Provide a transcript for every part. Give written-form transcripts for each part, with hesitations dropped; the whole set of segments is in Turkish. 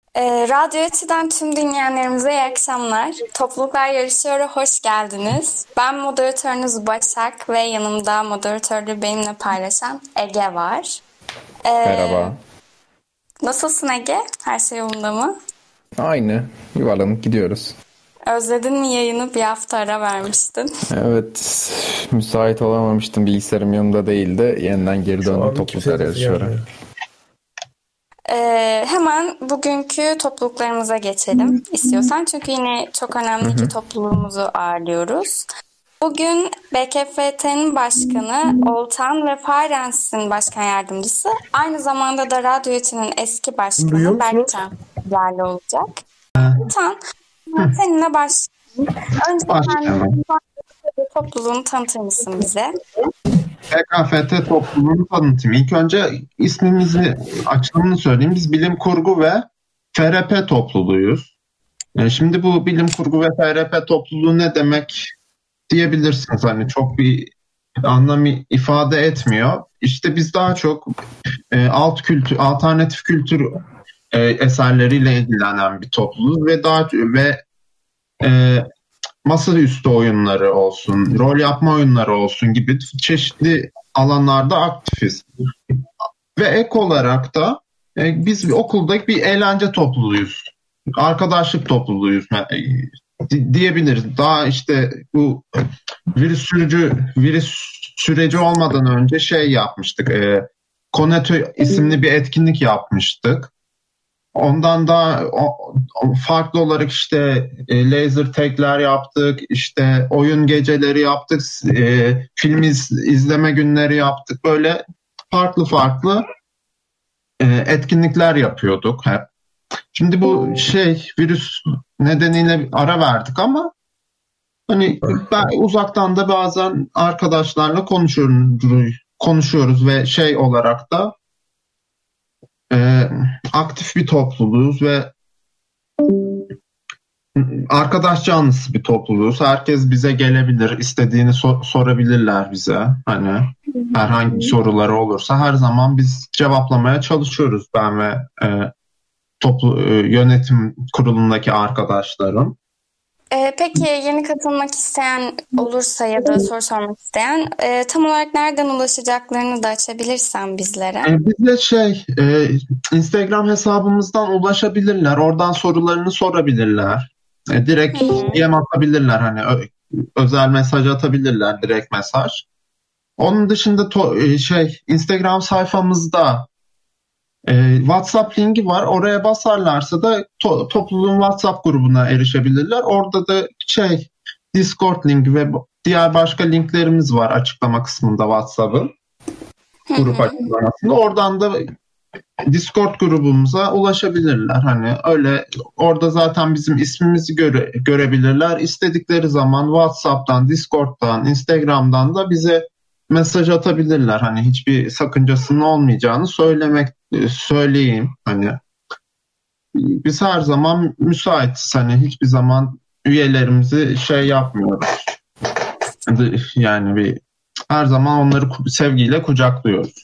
Radyo Eti'den tüm dinleyenlerimize iyi akşamlar. Topluluklar Yarışıyor'a hoş geldiniz. Ben moderatörünüz Başak ve yanımda moderatörlüğü benimle paylaşan Ege var. Ee, Merhaba. Nasılsın Ege? Her şey yolunda mı? Aynı. Yuvarlanıp gidiyoruz. Özledin mi yayını? Bir hafta ara vermiştin. Evet. Müsait olamamıştım. Bilgisayarım yanımda değildi. Yeniden geri Şu döndüm an kimse topluluklar sesi yarışıyor. gelmiyor. Hemen bugünkü topluluklarımıza geçelim istiyorsan. Çünkü yine çok önemli iki topluluğumuzu ağırlıyoruz. Bugün BKFT'nin başkanı Oltan ve Farens'in başkan yardımcısı. Aynı zamanda da Radyo Eti'nin eski Duyuyor başkanı musunuz? Berkcan yerli olacak. Oltan, seninle başlayalım. Önce Başlayalım. kendini topluluğunu tanıtır mısın bize? BKFT topluluğunu tanıtayım. İlk önce ismimizi, açılımını söyleyeyim. Biz bilim kurgu ve FRP topluluğuyuz. Şimdi bu bilim kurgu ve FRP topluluğu ne demek diyebilirsiniz. Hani çok bir anlam ifade etmiyor. İşte biz daha çok alt kültür, alternatif kültür eserleriyle ilgilenen bir topluluğuz ve e, masaüstü oyunları olsun, rol yapma oyunları olsun gibi çeşitli alanlarda aktifiz. Ve ek olarak da biz bir okuldaki bir eğlence topluluğuyuz. Arkadaşlık topluluğuyuz diyebiliriz. Daha işte bu virüs süreci olmadan önce şey yapmıştık. Koneto isimli bir etkinlik yapmıştık. Ondan da farklı olarak işte laser tag'ler yaptık, işte oyun geceleri yaptık, film izleme günleri yaptık. Böyle farklı farklı etkinlikler yapıyorduk hep. Şimdi bu virüs nedeniyle ara verdik ama hani ben uzaktan da bazen arkadaşlarla konuşuyoruz ve şey olarak da aktif bir topluluğuz ve arkadaş canlısı bir topluluğuz. Herkes bize gelebilir, istediğini sorabilirler bize. Hani herhangi bir soruları olursa her zaman biz cevaplamaya çalışıyoruz ben ve yönetim kurulundaki arkadaşlarım. Peki yeni katılmak isteyen olursa ya da soru sormak isteyen tam olarak nereden ulaşacaklarını da açabilirsen bizlere. Bize Instagram hesabımızdan ulaşabilirler. Oradan sorularını sorabilirler. Direkt DM atabilirler. Hani özel mesaj atabilirler, direkt mesaj. Onun dışında Instagram sayfamızda WhatsApp linki var. Oraya basarlarsa da topluluğun WhatsApp grubuna erişebilirler. Orada da Discord linki ve diğer başka linklerimiz var açıklama kısmında WhatsApp'ın grup açıklamasında. Oradan da Discord grubumuza ulaşabilirler. Hani öyle orada zaten bizim ismimizi görebilirler. İstedikleri zaman WhatsApp'tan, Discord'dan, Instagram'dan da bize mesaj atabilirler. Hani hiçbir sakıncasının olmayacağını söyleyeyim. Hani biz her zaman müsaitiz. Hani hiçbir zaman üyelerimizi yapmıyoruz. Yani her zaman onları sevgiyle kucaklıyoruz.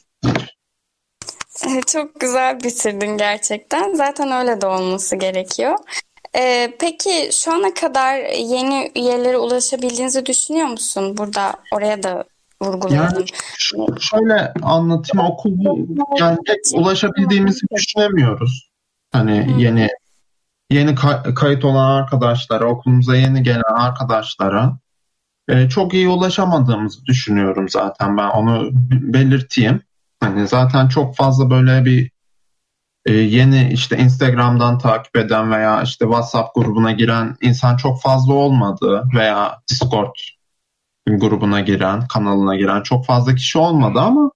Çok güzel bitirdin gerçekten. Zaten öyle de olması gerekiyor. Peki şu ana kadar yeni üyelere ulaşabildiğinizi düşünüyor musun? Burada oraya da vurgulayalım. Yani şöyle anlatayım, yani pek ulaşabildiğimizi düşünemiyoruz. Hani yeni kayıt olan arkadaşlara, okulumuza yeni gelen arkadaşlara çok iyi ulaşamadığımızı düşünüyorum zaten. Ben onu belirteyim. Hani zaten çok fazla böyle bir yeni işte Instagram'dan takip eden veya işte WhatsApp grubuna giren insan çok fazla olmadı veya Discord grubuna giren, kanalına giren çok fazla kişi olmadı ama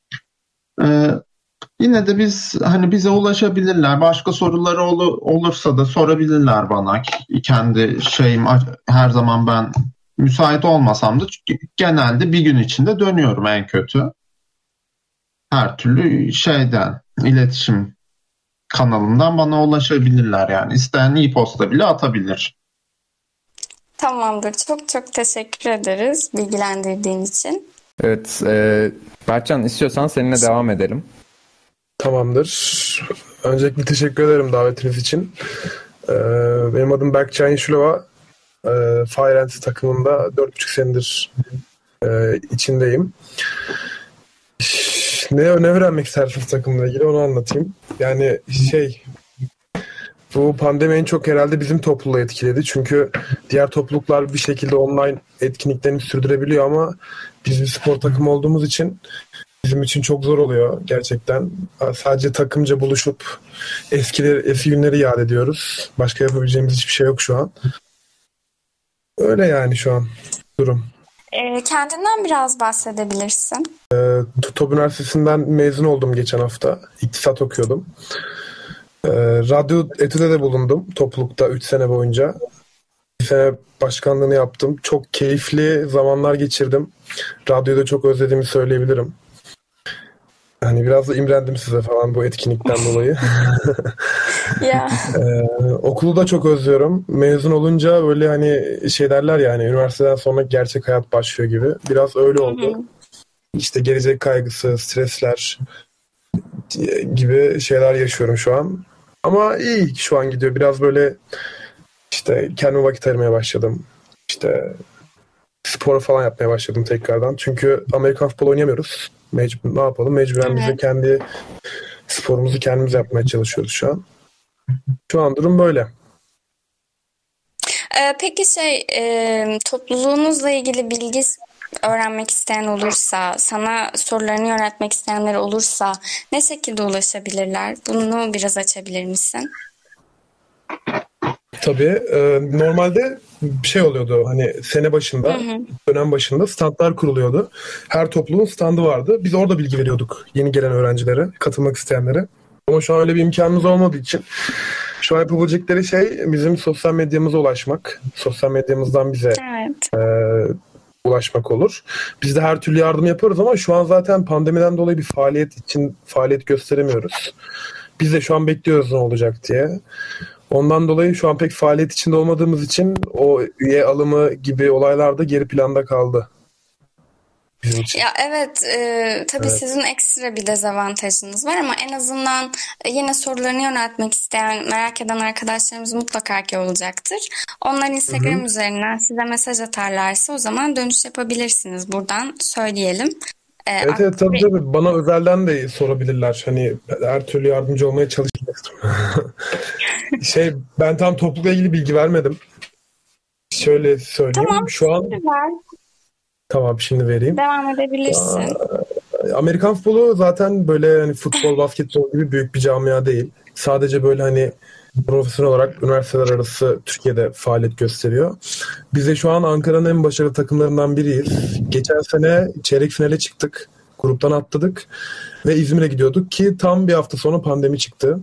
yine de bize ulaşabilirler. Başka soruları olursa da sorabilirler bana. Kendi her zaman ben müsait olmasam da genelde bir gün içinde dönüyorum en kötü. Her türlü iletişim kanalından bana ulaşabilirler yani. İsteyen e-posta bile atabilir. Tamamdır. Çok çok teşekkür ederiz bilgilendirdiğin için. Evet. Berkcan, istiyorsan seninle devam edelim. Tamamdır. Öncelikle teşekkür ederim davetiniz için. Benim adım Berkcan Yeşilova. Fire Ants takımında 4,5 senedir içindeyim. Ne öğrenmek istersiniz takımla ilgili onu anlatayım. Yani bu pandemi en çok herhalde bizim topluluğu etkiledi. Çünkü diğer topluluklar bir şekilde online etkinliklerini sürdürebiliyor ama biz bir spor takımı olduğumuz için bizim için çok zor oluyor gerçekten. Sadece takımca buluşup eski günleri yad ediyoruz. Başka yapabileceğimiz hiçbir şey yok şu an. Öyle yani şu an durum. Kendinden biraz bahsedebilirsin. TUTOP Üniversitesi'nden mezun oldum geçen hafta. İktisat okuyordum. Radyo etüde de bulundum toplulukta 3 sene boyunca. Bir sene başkanlığını yaptım. Çok keyifli zamanlar geçirdim. Radyoyu da çok özlediğimi söyleyebilirim. Hani biraz da imrendim size falan bu etkinlikten dolayı. Ya. Okulu da çok özlüyorum. Mezun olunca böyle hani derler ya hani üniversiteden sonra gerçek hayat başlıyor gibi. Biraz öyle oldu. İşte gelecek kaygısı, stresler gibi şeyler yaşıyorum şu an. Ama iyi şu an gidiyor. Biraz böyle kendime vakit ayırmaya başladım. Spor falan yapmaya başladım tekrardan. Çünkü Amerikan futbolu oynayamıyoruz. Ne yapalım? Mecburen biz de kendi sporumuzu kendimiz yapmaya çalışıyoruz şu an. Şu an durum böyle. Peki topluluğunuzla ilgili bilgi öğrenmek isteyen olursa, sana sorularını yöneltmek isteyenler olursa ne şekilde ulaşabilirler? Bunu biraz açabilir misin? Tabii. Normalde oluyordu hani sene başında, dönem başında standlar kuruluyordu. Her topluluğun standı vardı. Biz orada bilgi veriyorduk yeni gelen öğrencilere, katılmak isteyenlere. Ama şu an öyle bir imkanımız olmadığı için şu an yapabilecekleri bizim sosyal medyamıza ulaşmak. Sosyal medyamızdan bize ulaşmak olur. Biz de her türlü yardım yaparız ama şu an zaten pandemiden dolayı bir faaliyet gösteremiyoruz. Biz de şu an bekliyoruz ne olacak diye. Ondan dolayı şu an pek faaliyet içinde olmadığımız için o üye alımı gibi olaylar da geri planda kaldı bizim için. Ya tabii sizin ekstra bir dezavantajınız var ama en azından yine sorularını yöneltmek isteyen, merak eden arkadaşlarımız mutlaka ki olacaktır. Onlar Instagram üzerinden size mesaj atarlarsa o zaman dönüş yapabilirsiniz. Buradan söyleyelim. Evet tabii. Bana özelden de sorabilirler. Hani her türlü yardımcı olmaya çalışıyorum. Ben tam toplulukla ilgili bilgi vermedim. Şöyle söyleyeyim. Tamam, şu an şimdi ver. Tamam, şimdi vereyim. Devam edebilirsin. Amerikan futbolu zaten böyle hani futbol, basketbol gibi büyük bir camia değil. Sadece böyle hani profesyonel olarak üniversiteler arası Türkiye'de faaliyet gösteriyor. Biz de şu an Ankara'nın en başarılı takımlarından biriyiz. Geçen sene çeyrek finale çıktık. Gruptan atladık. Ve İzmir'e gidiyorduk ki tam bir hafta sonra pandemi çıktı.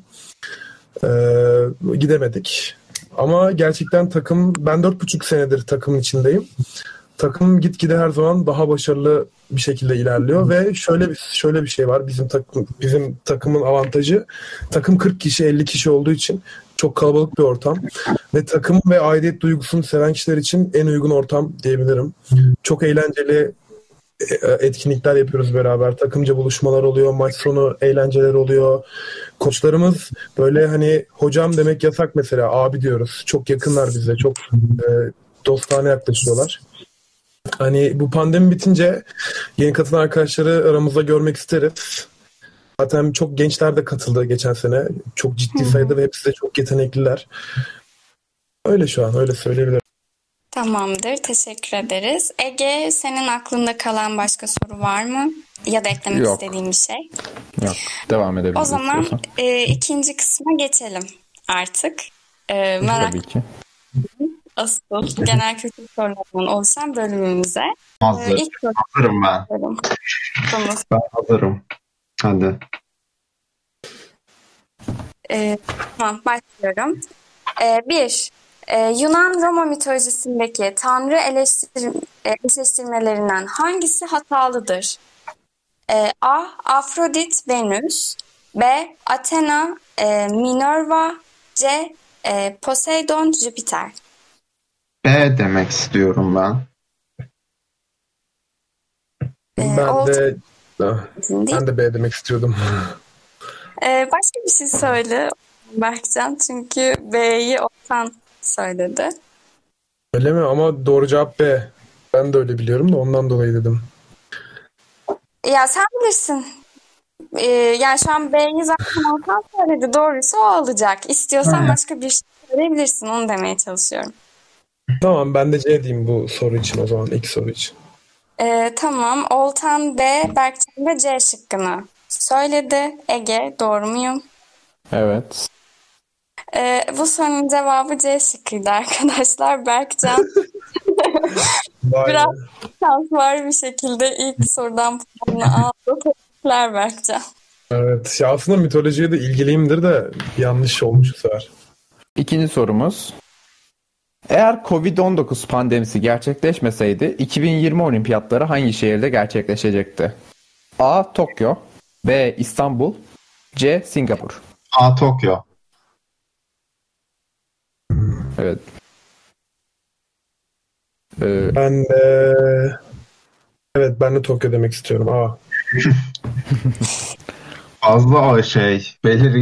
Gidemedik. Ama gerçekten ben 4,5 senedir takımın içindeyim. Takım gitgide her zaman daha başarılı bir şekilde ilerliyor ve şöyle bir şey var. Bizim takımın avantajı, takım 40 kişi 50 kişi olduğu için çok kalabalık bir ortam ve takım ve aidiyet duygusunu seven kişiler için en uygun ortam diyebilirim. Çok eğlenceli etkinlikler yapıyoruz beraber. Takımca buluşmalar oluyor, maç sonu eğlenceler oluyor. Koçlarımız böyle hani hocam demek yasak mesela, abi diyoruz. Çok yakınlar bize, çok dostane yaklaşıyorlar. Hani bu pandemi bitince yeni katılan arkadaşları aramızda görmek isteriz. Zaten çok gençler de katıldı geçen sene. Çok ciddi sayıda ve hepsi de çok yetenekliler. Öyle şu an, öyle söyleyebilirim. Tamamdır, teşekkür ederiz. Ege, senin aklında kalan başka soru var mı? Ya da eklemek istediğin bir şey? Yok, devam edebiliriz. O zaman ikinci kısma geçelim artık. Tabii ki. Asıl genel kültür sorularından oluşan bölümümüze. Hazırım ben. Tamam. Ben hazırım. Hadi. Tamam, başlıyorum. 1. Yunan-Roma mitolojisindeki tanrı eşleştirmelerinden hangisi hatalıdır? A. Afrodit, Venüs. B. Athena, Minerva. C. Poseidon, Jüpiter. B demek istiyorum ben. Ben de B demek istiyordum. Başka bir şey söyle Berkcan. Çünkü B'yi Oltan söyledi. Öyle mi? Ama doğru cevap B. Ben de öyle biliyorum da ondan dolayı dedim. Ya sen bilirsin. Yani şu an B'yi zaten Oltan söyledi. Doğruysa o alacak. İstiyorsan başka bir şey söyleyebilirsin. Onu demeye çalışıyorum. Tamam, ben de C diyeyim bu soru için o zaman, ilk soru için. Tamam. Oltan B, Berkcan da C şıkkını söyledi. Ege, doğru muyum? Evet. Bu sorunun cevabı C şıkkıydı arkadaşlar. Berkcan Vay biraz be. şans var bir şekilde ilk sorudan puanını aldı. Teşekkürler Berkcan. Evet. Ya aslında mitolojiye de ilgiliyimdir de yanlış olmuş bu sefer. İkinci sorumuz. Eğer Covid-19 pandemisi gerçekleşmeseydi 2020 olimpiyatları hangi şehirde gerçekleşecekti? A. Tokyo, B. İstanbul, C. Singapur. A. Tokyo. Evet. Ee, Ben de... Evet, ben de Tokyo demek istiyorum. A. Fazla o şey.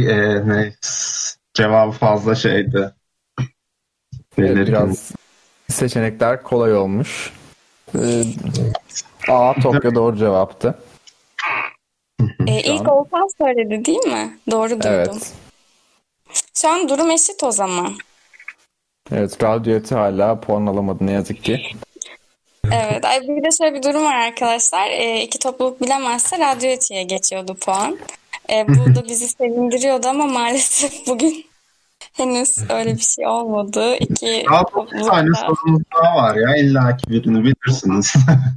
Cevabı fazla şeydi. Belirgin. biraz seçenekler kolay olmuş. A. Tokyo doğru cevaptı. İlk Oltan söyledi değil mi? Doğru duydum. Evet. Şu an durum eşit o zaman. Evet, Radyo hala puan alamadı ne yazık ki. Evet. Ay bir de şöyle bir durum var arkadaşlar. İki topluluk bilemezse Radyo Eti'ye geçiyordu puan. Bu da bizi sevindiriyordu ama maalesef bugün henüz öyle bir şey olmadı. İki Daha 9 topluluk tane da... sorumuz daha var ya. İlla ki birini bilirsiniz.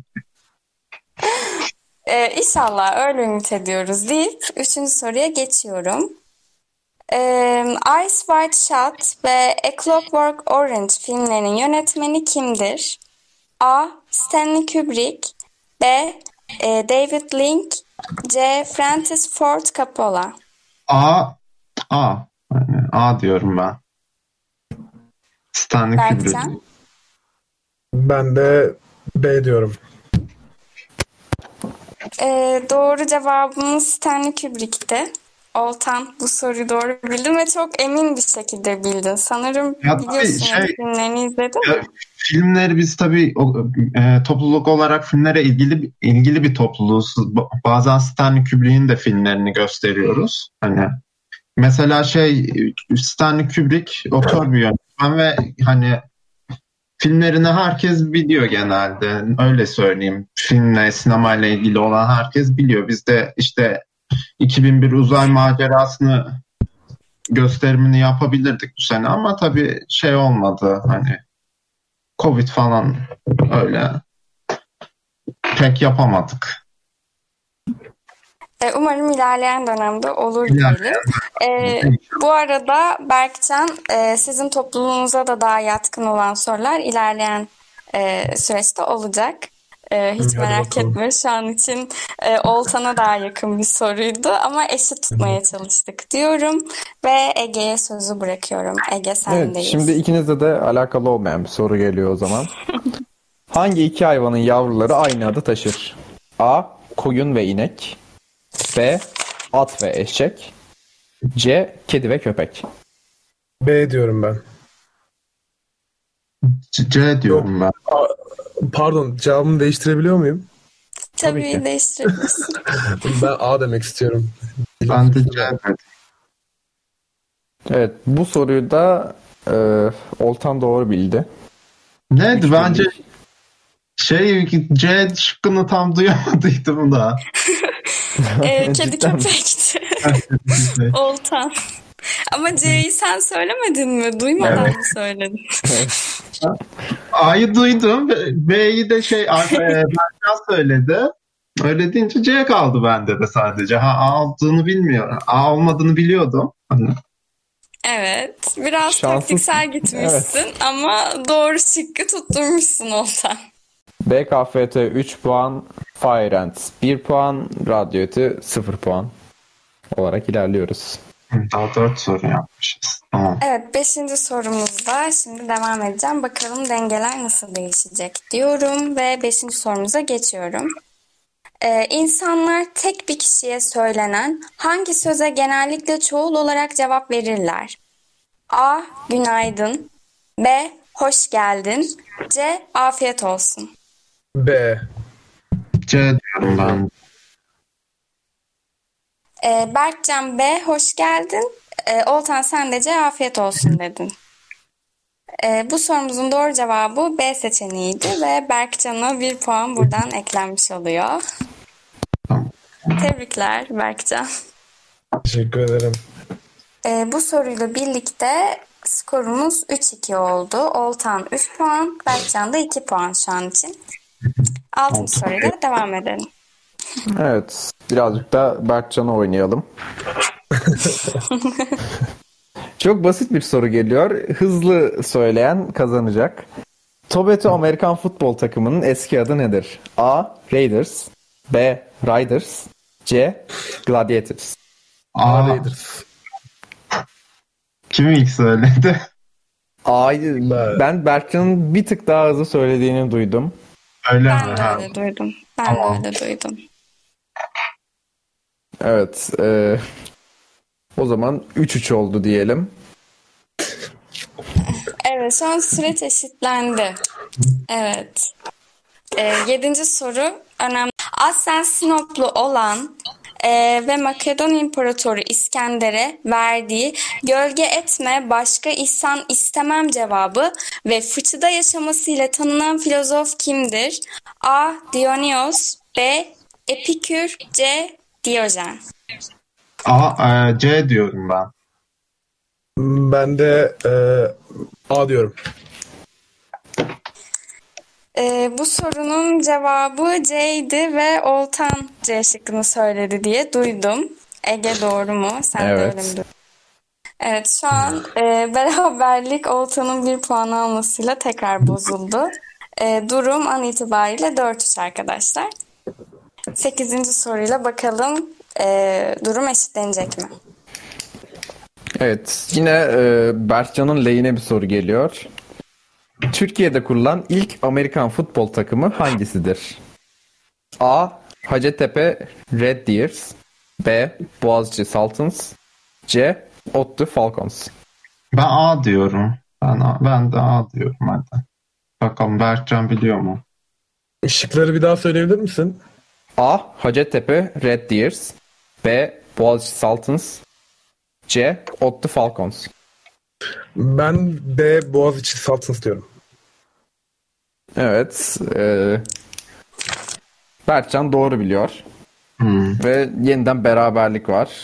İnşallah öyle ümit ediyoruz deyip üçüncü soruya geçiyorum. Ice White Shot ve A Clockwork Orange filmlerinin yönetmeni kimdir? A. Stanley Kubrick, B. David Lynch, C. Francis Ford Coppola. A. A. Yani A diyorum ben. Stanley Kubrick. Berkcan? Ben de B diyorum. Doğru cevabımız Stanley Kubrick'ti. Oltan bu soruyu doğru bildin ve çok emin bir şekilde bildin. Sanırım Ya tabii biliyorsun filmlerini izledin. filmleri biz tabii topluluk olarak filmlere ilgili bir topluluğuz. Bazen Stanley Kubrick'in de filmlerini gösteriyoruz. Hani mesela Stanley Kubrick otör bir yönetmen ve hani filmlerini herkes biliyor genelde. Öyle söyleyeyim. Filmle, sinemayla ilgili olan herkes biliyor. Biz de işte 2001 uzay macerasını gösterimini yapabilirdik bu sene ama tabii olmadı. Hani Covid falan öyle pek yapamadık. Umarım ilerleyen dönemde olur diyelim. Bu arada Berkcan, sizin topluluğunuza da daha yatkın olan sorular ilerleyen süreçte olacak. Hiç merak bakalım. etme, şu an için Oltan'a daha yakın bir soruydu ama eşit tutmaya çalıştık diyorum ve Ege'ye sözü bırakıyorum. Ege Evet, sendeyiz. şimdi ikinizde de alakalı olmayan bir soru geliyor o zaman. Hangi iki hayvanın yavruları aynı adı taşır? A. Koyun ve inek, B. At ve eşek, C. Kedi ve köpek. B diyorum ben. C diyorum ben. Pardon, cevabımı değiştirebiliyor muyum? Tabii Tabii ki. değiştirebilirsin. Ben A demek istiyorum. Ben de C dedim. Evet, bu soruyu da Oltan doğru bildi. Neydi? Üç Bence birlik. C şıkkını tam duyamadıydım da. Kedi Cidden mi? köpekti. Oltan. Ama C'yi sen söylemedin mi? Duymadan mı söyledin? A'yı duydum. B'yi de Berkan söyledi. Öyle deyince C kaldı bende de sadece. A olduğunu bilmiyorum. A olmadığını biliyordum. Hani Evet. Biraz Şanslısın. taktiksel gitmişsin ama doğru şıkkı tutturmuşsun Oltan. BKFT 3 puan, Fire Ants 1 puan, Radyo Eti 0 puan olarak ilerliyoruz. daha 4 soru yapmışız. Tamam. Evet, 5. sorumuzda şimdi devam edeceğim. Bakalım dengeler nasıl değişecek diyorum ve 5. sorumuza geçiyorum. İnsanlar tek bir kişiye söylenen hangi söze genellikle çoğul olarak cevap verirler? A. Günaydın. B. Hoş geldin. C. Afiyet olsun. B. C diyorum ben. Berkcan B. Hoş geldin. Oltan sen de C. Afiyet olsun dedin. Bu sorumuzun doğru cevabı B seçeneğiydi ve Berkcan'a 1 puan buradan eklenmiş oluyor. Tebrikler Berkcan. Teşekkür ederim. Bu soruyla birlikte skorumuz 3-2 oldu. Oltan 3 puan, Berkcan da 2 puan şu an için. 6. soruyla devam edelim. Evet, birazcık da Berkcan'ı oynayalım. Çok basit bir soru geliyor. Hızlı söyleyen kazanacak. Tobeto Amerikan futbol takımının eski adı nedir? A. Raiders. B. Riders. C. Gladiators. A. Raiders. Kim ilk söyledi? A'yı ben Berkcan'ın bir tık daha hızlı söylediğini duydum. Öyle Ben mi? de Ha. öyle duydum. Tamam. Evet. O zaman 3-3 oldu diyelim. Evet, şu an süreç eşitlendi. Evet. 7. soru önemli. Aslen Sinoplu olan ve Makedon İmparatoru İskender'e verdiği "gölge etme, başka ihsan istemem" cevabı ve fıçıda yaşamasıyla tanınan filozof kimdir? A. Dionysos. B. Epikür. C. Diyojen. C diyorum ben. Ben de A diyorum. Bu sorunun cevabı C'ydi ve Oltan C şıkkını söyledi diye duydum. Ege doğru mu? Sen de Evet. öyle mi duydun? Evet, şu an beraberlik Oltan'ın 1 puan almasıyla tekrar bozuldu. Durum an itibariyle 4-3 arkadaşlar. 8. soruyla bakalım durum eşitlenecek mi? Evet, yine Berkcan'ın lehine bir soru geliyor. Türkiye'de kurulan ilk Amerikan futbol takımı hangisidir? A. Hacettepe Red Deers. B. Boğaziçi Sultans. C. ODTÜ Falcons. Ben A diyorum. Ben de A diyorum hadi. Bakalım Berkcan biliyor mu? Şıkları bir daha söyleyebilir misin? A. Hacettepe Red Deers. B. Boğaziçi Sultans. C. ODTÜ Falcons. Ben D. Boğaziçi Sultans diyorum. Evet. Berkcan doğru biliyor. Hmm. Ve yeniden beraberlik var.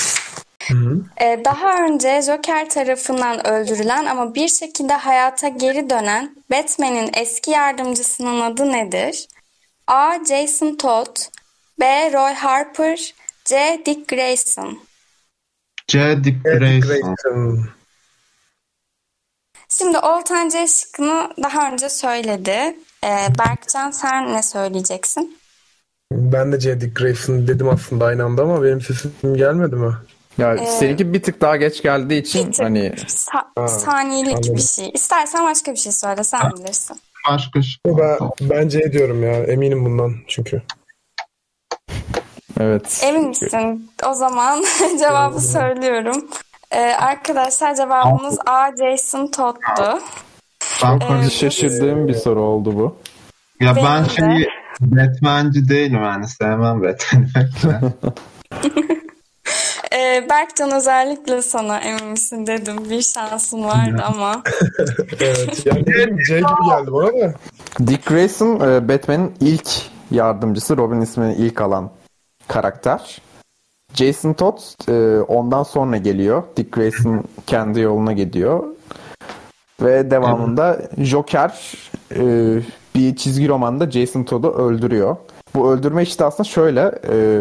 Daha önce Joker tarafından öldürülen ama bir şekilde hayata geri dönen Batman'in eski yardımcısının adı nedir? A. Jason Todd. B. Roy Harper. C. Dick Grayson. C. Dick Grayson. Şimdi Oltan C şıkkını daha önce söyledi. Berkcan sen ne söyleyeceksin? Ben de C. Dick Grayson dedim aslında aynı anda ama benim sesim gelmedi mi? Ya seninki bir tık daha geç geldiği için Bir tık hani saniyelik anladım. bir şey. İstersen başka bir şey söyle, sen bilirsin. Başka şey. Ben C diyorum ya. Eminim bundan çünkü. evet. Emin misin? O zaman cevabı söylüyorum. Arkadaşlar cevabımız A. Jason Todd'tu. Ben Şaşırdığım bir soru oldu bu. Ya ben Benim de. Batman'ci değilim yani sevmem Batman'i. Berkcan özellikle sana emin misin dedim. Bir şansın vardı ama. Evet. Yani C gibi geldi bana da. Dick Grayson Batman'in ilk yardımcısı, Robin ismini ilk alan karakter. Jason Todd ondan sonra geliyor. Dick Grayson kendi yoluna gidiyor. Ve devamında Joker bir çizgi romanda Jason Todd'u öldürüyor. Bu öldürme işte aslında şöyle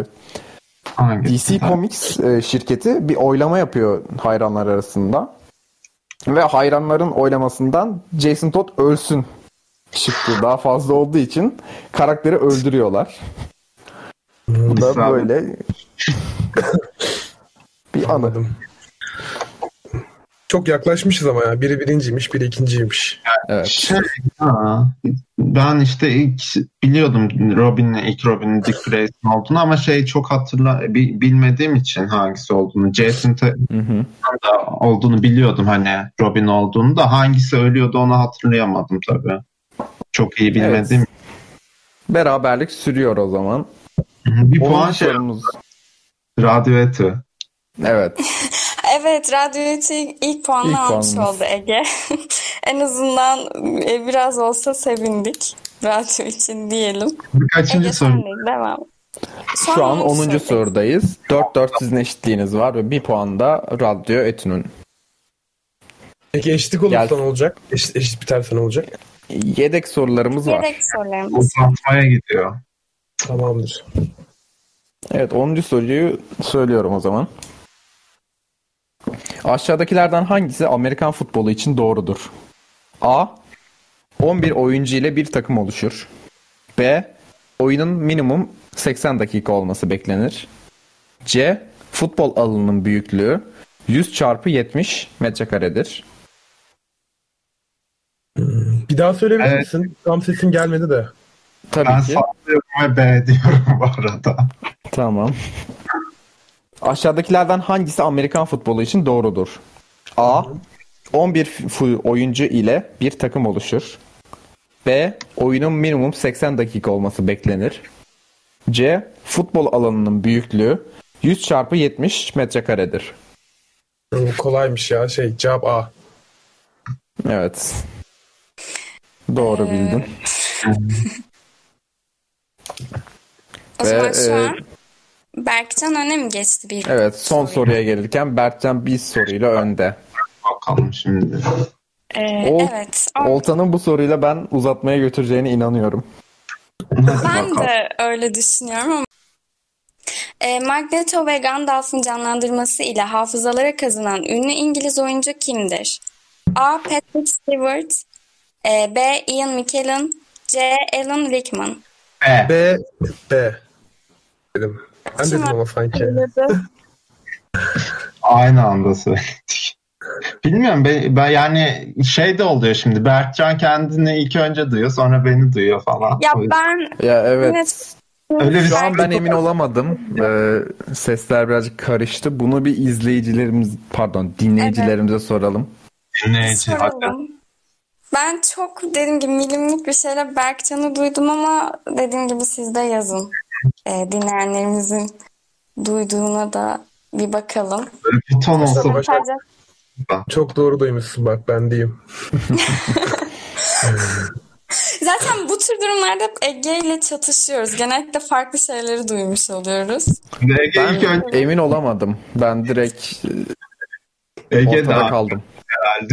DC Comics şirketi bir oylama yapıyor hayranlar arasında. Ve hayranların oylamasından Jason Todd ölsün şıkkı daha fazla olduğu için karakteri öldürüyorlar. Bu da böyle bir anı. Anladım. Çok yaklaşmışız ama ya. Biri birinciymiş, biri ikinciymiş. Evet. Ben işte ilk biliyordum ilk Robin'in Dick Grayson olduğunu ama çok bilmediğim için hangisi olduğunu. Jason da olduğunu biliyordum, hani Robin olduğunu da, hangisi ölüyordu onu hatırlayamadım tabii. Çok iyi bilmediğim. Evet. Beraberlik sürüyor o zaman. Bir puan sorumuz. Radyoeti. Evet. Evet, Radyoeti ilk puanını almış oldu Ege. En azından biraz olsa sevindik. Radyo için diyelim. Kaçıncı soru? Devam. Şu an 10. sorudayız. 4-4 sizin eşitliğiniz var ve bir puan da Radyoeti'nin. Peki eşitlik olursa ne olacak? Eşit biterse ne olacak? Yedek sorularımız var. Yedek sorularımız. Uzatmaya gidiyor. Tamamdır. Evet, 10. soruyu söylüyorum o zaman. Aşağıdakilerden hangisi Amerikan futbolu için doğrudur? A. 11 oyuncu ile bir takım oluşur. B. Oyunun minimum 80 dakika olması beklenir. C. Futbol alanının büyüklüğü 100 çarpı 70 metrekaredir. Bir daha söyleyebilir misin? Tam sesin gelmedi de. Tabii Ben ki. sallıyorum ve B diyorum bu arada. Tamam. Aşağıdakilerden hangisi Amerikan futbolu için doğrudur? A. 11 oyuncu ile bir takım oluşur. B. Oyunun minimum 80 dakika olması beklenir. C. Futbol alanının büyüklüğü 100 çarpı 70 metrekaredir. Kolaymış ya. Cevap A. Evet. Doğru bildin. O zaman şu an Berkcan öne mi geçti bir? Evet, son soruya gelirken Berkcan bir soruyla önde. Bakalım şimdi. Evet. Oltan'ın bu soruyla ben uzatmaya götüreceğine inanıyorum. Ben de öyle düşünüyorum ama Magneto ve Gandalf'ın canlandırması ile hafızalara kazınan ünlü İngiliz oyuncu kimdir? A. Patrick Stewart, B. Ian McKellen, C. Alan Rickman. B. Dedim. Ben dedim ama sanki. Aynı anda söyledik. Bilmiyorum, ben yani de oluyor şimdi. Berkcan kendini ilk önce duyuyor, sonra beni duyuyor falan. Ya evet. Öyle Şu an ben emin olamadım. Sesler birazcık karıştı. Bunu bir dinleyicilerimize soralım. Soralım. Ben çok dediğim gibi milimlik bir şeyle Berkcan'ı duydum ama dediğim gibi siz de yazın. Dinleyenlerimizin duyduğuna da bir bakalım. Bir ton olsa çok doğru duymuşsun, bak ben diyeyim. Zaten bu tür durumlarda Ege ile çatışıyoruz. Genellikle farklı şeyleri duymuş oluyoruz. Ben emin olamadım. Ben direkt ortada kaldım. Herhalde.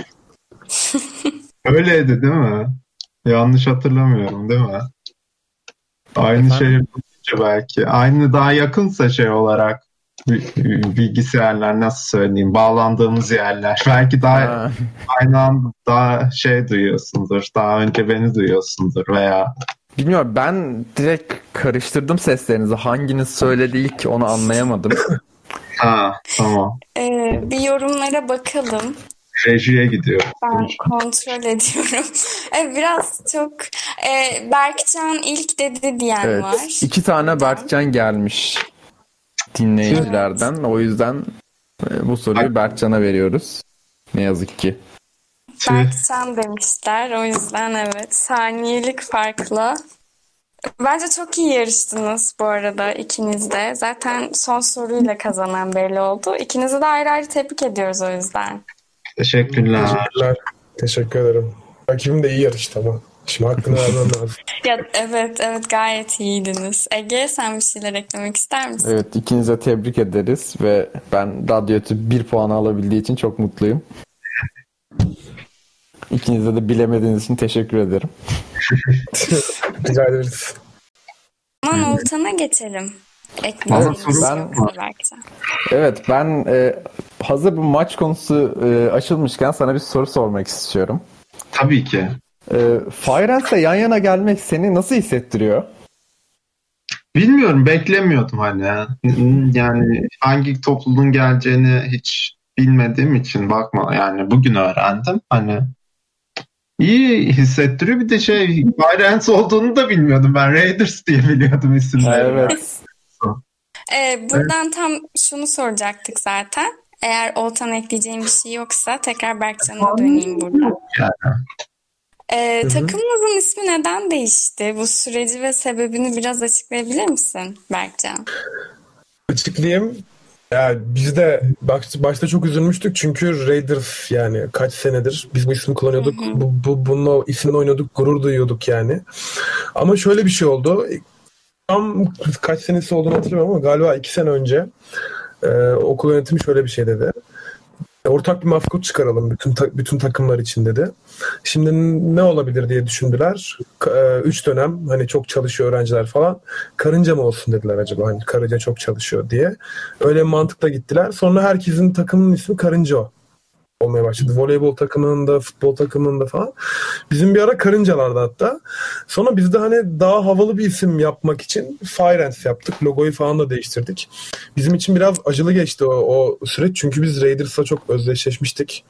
Öyleydi değil mi? Yanlış hatırlamıyorum değil mi? Aynı şey belki. Aynı, daha yakınsa olarak bilgisayarlar, nasıl söyleyeyim, bağlandığımız yerler. Belki daha aynı anda daha duyuyorsundur. Daha önce beni duyuyorsundur veya. Bilmiyorum, ben direkt karıştırdım seslerinizi. Hanginiz söyledi ilk, onu anlayamadım. Tamam. Bir yorumlara bakalım. Rejiye gidiyor. Ben kontrol ediyorum. Biraz çok Berkcan ilk dedi diyen var. 2 tane Berkcan gelmiş dinleyicilerden. Evet. O yüzden bu soruyu Berkcan'a veriyoruz. Ne yazık ki. Berkcan demişler. O yüzden evet. Saniyelik farkla. Bence çok iyi yarıştınız bu arada ikiniz de. Zaten son soruyla kazanan belli oldu. İkinizi de ayrı ayrı tebrik ediyoruz o yüzden. Teşekkürler. Teşekkür ederim. Rakibim de iyi yarıştı ama. Şimdi hakkını vermem lazım. Evet gayet iyiydiniz. Ege, sen bir şeyler eklemek ister misin? Evet, ikinize tebrik ederiz ve ben Radyoeti 1 puan alabildiği için çok mutluyum. İkinize de bilemediğiniz için teşekkür ederim. Rica ederiz. Aman Oltan'a geçelim. Evet, ben hazır bu maç konusu açılmışken sana bir soru sormak istiyorum. Tabii ki. Firenze'le yan yana gelmek seni nasıl hissettiriyor? Bilmiyorum, beklemiyordum hani. Yani hangi topluluğun geleceğini hiç bilmediğim için bakma yani bugün öğrendim. Hani iyi hissettiriyor. Bir de Byres olduğunu da bilmiyordum. Ben Raiders diye biliyordum isimlerini. Evet. Buradan tam şunu soracaktık zaten. Eğer Oltan ekleyeceğim bir şey yoksa tekrar Berkcan'a döneyim burada. Takımımızın ismi neden değişti? Bu süreci ve sebebini biraz açıklayabilir misin Berkcan? Açıklayayım. Ya biz de başta çok üzülmüştük çünkü Raiders yani kaç senedir biz bu ismi kullanıyorduk. Bununla isimle oynuyorduk, gurur duyuyorduk yani. Ama şöyle bir şey oldu. Tam kaç senesi olduğunu hatırlamıyorum ama galiba 2 sene önce okul yönetimi şöyle bir şey dedi. Ortak bir maskot çıkaralım bütün takımlar için dedi. Şimdi ne olabilir diye düşündüler. 3 dönem hani çok çalışıyor öğrenciler falan. Karınca mı olsun dediler acaba hani karınca çok çalışıyor diye. Öyle bir mantıkla gittiler. Sonra herkesin takımının ismi Karınca olmaya başladı. Voleybol takımında, futbol takımında falan. Bizim bir ara karıncalardı hatta. Sonra biz de hani daha havalı bir isim yapmak için Fire Ants yaptık. Logoyu falan da değiştirdik. Bizim için biraz acılı geçti o süreç. Çünkü biz Raiders'la çok özdeşleşmiştik.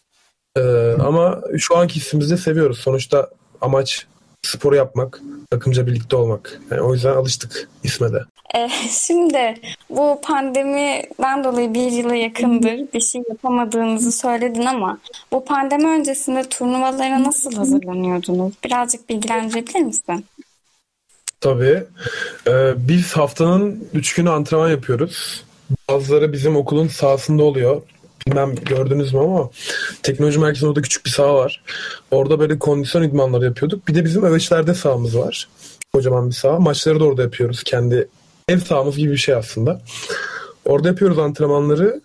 Ama şu anki ismimizi de seviyoruz. Sonuçta amaç sporu yapmak, takımca birlikte olmak. Yani o yüzden alıştık isme de. Şimdi bu pandemiden dolayı bir yıla yakındır bir şey yapamadığınızı söyledin ama bu pandemi öncesinde turnuvalara nasıl hazırlanıyordunuz? Birazcık bilgilendirebilir misin? Tabii. Biz haftanın 3 günü antrenman yapıyoruz. Bazıları bizim okulun sahasında oluyor. Bilmem gördünüz mü ama teknoloji merkezinde orada küçük bir saha var. Orada böyle kondisyon idmanları yapıyorduk. Bir de bizim Öveçler'de sahamız var. Kocaman bir saha. Maçları da orada yapıyoruz. Kendi ev sahamız gibi bir şey aslında. Orada yapıyoruz antrenmanları.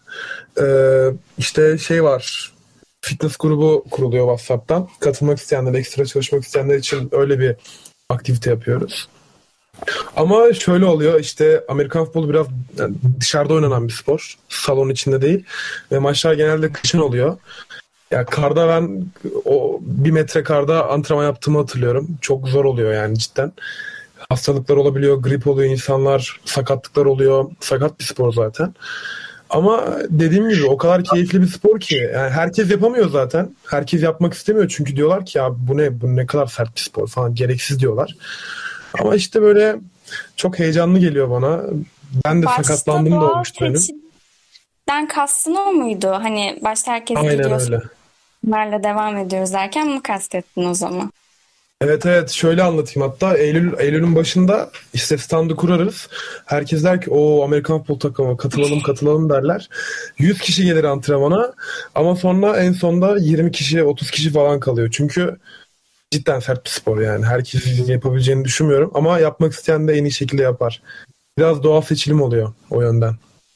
İşte var. Fitness grubu kuruluyor WhatsApp'tan. Katılmak isteyenler, ekstra çalışmak isteyenler için öyle bir aktivite yapıyoruz. Ama şöyle oluyor işte Amerikan futbolu biraz dışarıda oynanan bir spor. Salon içinde değil. Ve maçlar genelde kışın oluyor. Ya karda ben o 1 metre karda antrenman yaptığımı hatırlıyorum. Çok zor oluyor yani cidden. Hastalıklar olabiliyor, grip oluyor insanlar, sakatlıklar oluyor. Sakat bir spor zaten. Ama dediğim gibi o kadar keyifli bir spor ki yani herkes yapamıyor zaten. Herkes yapmak istemiyor çünkü diyorlar ki ya bu ne kadar sert bir spor falan gereksiz diyorlar. Ama işte böyle çok heyecanlı geliyor bana. Ben de sakatlandığım da olmuştu benim. Başta kastın o muydu? Hani başta herkes Aynen gidiyor, öyle. bunlarla devam ediyoruz derken mi kastettin o zaman? Evet şöyle anlatayım hatta Eylül'ün başında işte standı kurarız. Herkes der ki o Amerikan futbol takımı katılalım derler. 100 kişi gelir antrenmana ama sonra en sonda 20 kişi 30 kişi falan kalıyor. Çünkü cidden sert bir spor yani. Herkesin yapabileceğini düşünmüyorum ama yapmak isteyen de en iyi şekilde yapar. Biraz doğal seçilim oluyor o yönden.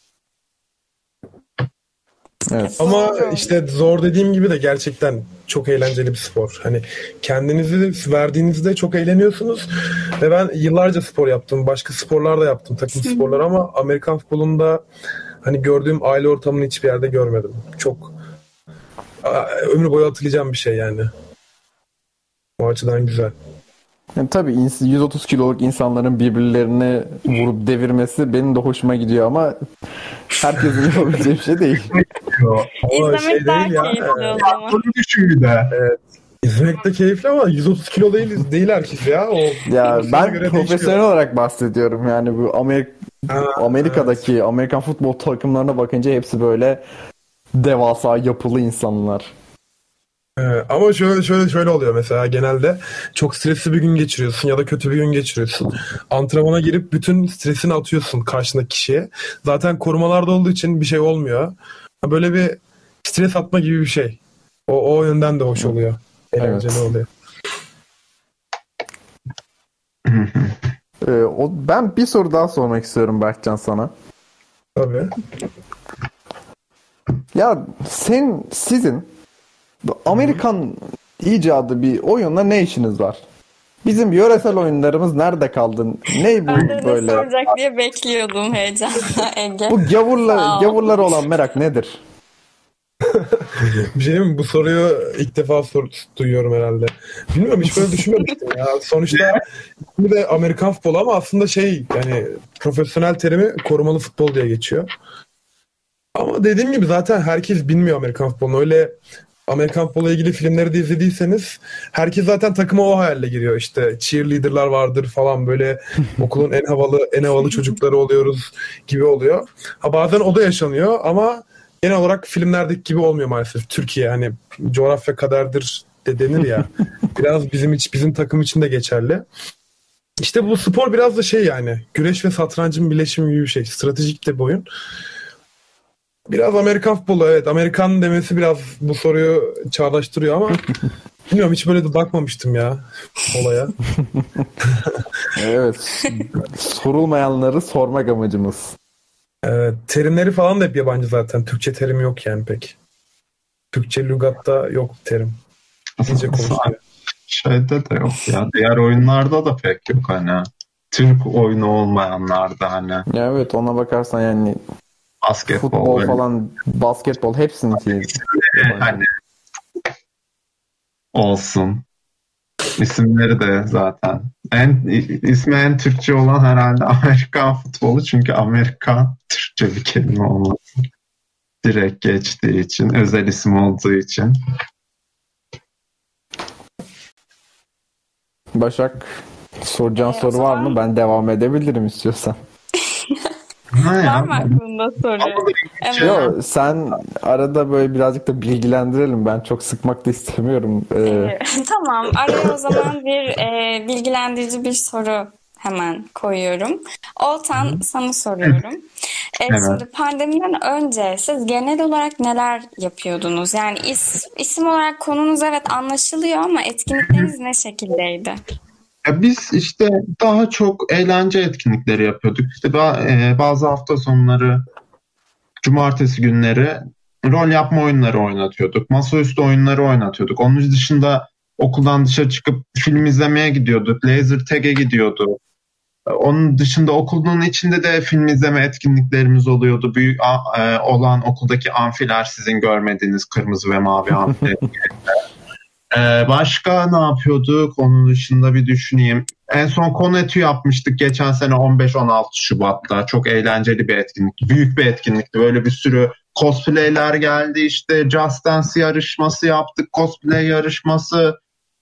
Evet. Ama işte zor dediğim gibi de gerçekten çok eğlenceli bir spor. Hani kendinizi verdiğinizde çok eğleniyorsunuz. Ve ben yıllarca spor yaptım. Başka sporlar da yaptım. Takım sporları ama Amerikan futbolunda hani gördüğüm aile ortamını hiçbir yerde görmedim. Çok ömrü boyu hatırlayacağım bir şey yani. O açıdan güzel. Yani tabii 130 kiloluk insanların birbirlerini vurup devirmesi benim de hoşuma gidiyor ama herkesin yapabileceği bir şey değil. Ama İzlemek daha keyifli o zaman. Bunu düşün bir de. Evet. İzlemek de keyifli ama 130 kilo değil herkes ya. Ya ben göre profesyonel değişiyor. olarak bahsediyorum yani bu Amerika'daki Amerikan futbol takımlarına bakınca hepsi böyle devasa yapılı insanlar. Ama şöyle oluyor mesela genelde çok stresli bir gün geçiriyorsun ya da kötü bir gün geçiriyorsun. Antrenmana girip bütün stresini atıyorsun karşındaki kişiye. Zaten korumalarda olduğu için bir şey olmuyor. Böyle bir stres atma gibi bir şey. O yönden de hoş oluyor. Eğlenceli oluyor. Ben bir soru daha sormak istiyorum Berkcan sana. Tabii. Ya sizin bu Amerikan icadı bir oyunla ne işiniz var? Bizim yöresel oyunlarımız nerede kaldı? Ne bu Ben de böyle? soracak diye bekliyordum heyecanla Ege. Bu Sağ ol. gavurlara olan merak nedir? Bir şey diyeyim mi? Bu soruyu ilk defa duyuyorum herhalde. Bilmiyorum hiç böyle düşünmemiştim ya. Sonuçta bir de Amerikan futbolu ama aslında yani profesyonel terimi korumalı futbol diye geçiyor. Ama dediğim gibi zaten herkes bilmiyor Amerikan futbolunu. Öyle Amerikan futboluyla ilgili filmleri de izlediyseniz herkes zaten takıma o hayalle giriyor. İşte cheerleader'lar vardır falan, böyle okulun en havalı çocukları oluyoruz gibi oluyor. Ha, bazen o da yaşanıyor ama genel olarak filmlerdeki gibi olmuyor maalesef. Türkiye hani coğrafya kaderdir de denir ya. Biraz bizim takım için de geçerli. İşte bu spor biraz da şey, yani güreş ve satrancın birleşimi gibi bir şey. Stratejik de bir oyun. Biraz Amerikan futbolu, evet. Amerikan demesi biraz bu soruyu çağrıştırıyor ama bilmiyorum, hiç böyle de bakmamıştım ya olaya. Evet. Sorulmayanları sormak amacımız. Terimleri falan da hep yabancı zaten. Türkçe terim yok yani pek. Türkçe lügatta yok terim. İngilizce konuşuyor. Şeyde de yok ya. Diğer oyunlarda da pek yok hani. Türk oyunu olmayanlarda hani. Ya evet, ona bakarsan yani Basketbol futbol böyle. falan, basketbol hepsinin Hani olsun. İsimleri de zaten. İsmi en Türkçe olan herhalde Amerikan futbolu. Çünkü Amerikan Türkçe bir kelime olması. Direkt geçtiği için. Özel isim olduğu için. Başak, soracağın O soru var mı? zaman Ben devam edebilirim istiyorsan. Ha var ya. mı aklında soru? Evet. Yo, sen arada böyle birazcık da bilgilendirelim. Ben çok sıkmak da istemiyorum. Tamam, araya o zaman bir bilgilendirici bir soru hemen koyuyorum. Oltan, sana soruyorum. Evet. Şimdi pandemiden önce siz genel olarak neler yapıyordunuz? Yani isim olarak konunuz evet anlaşılıyor ama etkinlikleriniz ne şekildeydi? Ya biz işte daha çok eğlence etkinlikleri yapıyorduk. İşte bazı hafta sonları, cumartesi günleri rol yapma oyunları oynatıyorduk. Masaüstü oyunları oynatıyorduk. Onun dışında okuldan dışarı çıkıp film izlemeye gidiyorduk. Laser tag'e gidiyorduk. Onun dışında okulun içinde de film izleme etkinliklerimiz oluyordu. Büyük olan okuldaki amfiler, sizin görmediğiniz kırmızı ve mavi amfiler. Başka ne yapıyorduk? Onun dışında bir düşüneyim. En son konu etü yapmıştık geçen sene 15-16 Şubat'ta. Çok eğlenceli bir etkinlik. Büyük bir etkinlikti. Böyle bir sürü cosplayler geldi. İşte Just Dance yarışması yaptık. Cosplay yarışması.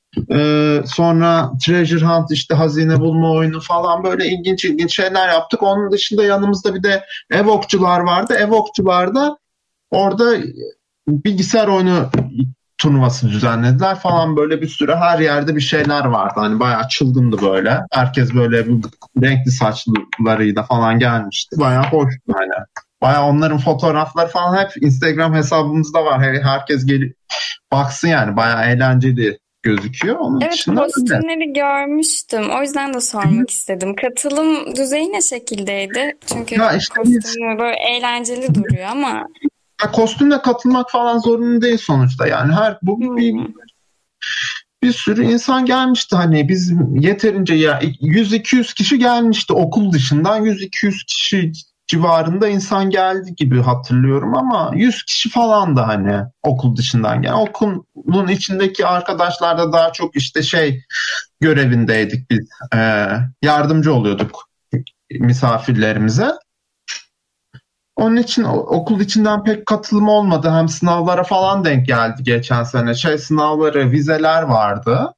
Sonra Treasure Hunt, işte hazine bulma oyunu falan, böyle ilginç ilginç şeyler yaptık. Onun dışında yanımızda bir de Evokçular vardı. Evokçular da orada bilgisayar oyunu turnuvası düzenlediler falan, böyle bir sürü her yerde bir şeyler vardı. Hani bayağı çılgındı böyle. Herkes böyle renkli saçlarıyla falan gelmişti. Bayağı hoştu hani. Bayağı onların fotoğrafları falan hep Instagram hesabımızda var. Herkes gelip baksın yani. Bayağı eğlenceli gözüküyor. Onun Evet, dışında öyle. kostümleri görmüştüm. O yüzden de sormak istedim. Katılım düzeyi ne şekildeydi? Çünkü Ya işte biz kostümü böyle eğlenceli duruyor ama kostümle katılmak falan zorunlu değil sonuçta. Yani hmm, bir sürü insan gelmişti, hani biz yeterince, ya 100-200 kişi gelmişti okul dışından, 100-200 kişi civarında insan geldi gibi hatırlıyorum ama 100 kişi falan da hani okul dışından gelen. Okulun içindeki arkadaşlar da daha çok işte görevindeydik biz. Yardımcı oluyorduk misafirlerimize. Onun için okul içinden pek katılım olmadı. Hem sınavlara falan denk geldi geçen sene. Sınavları, vizeler vardı.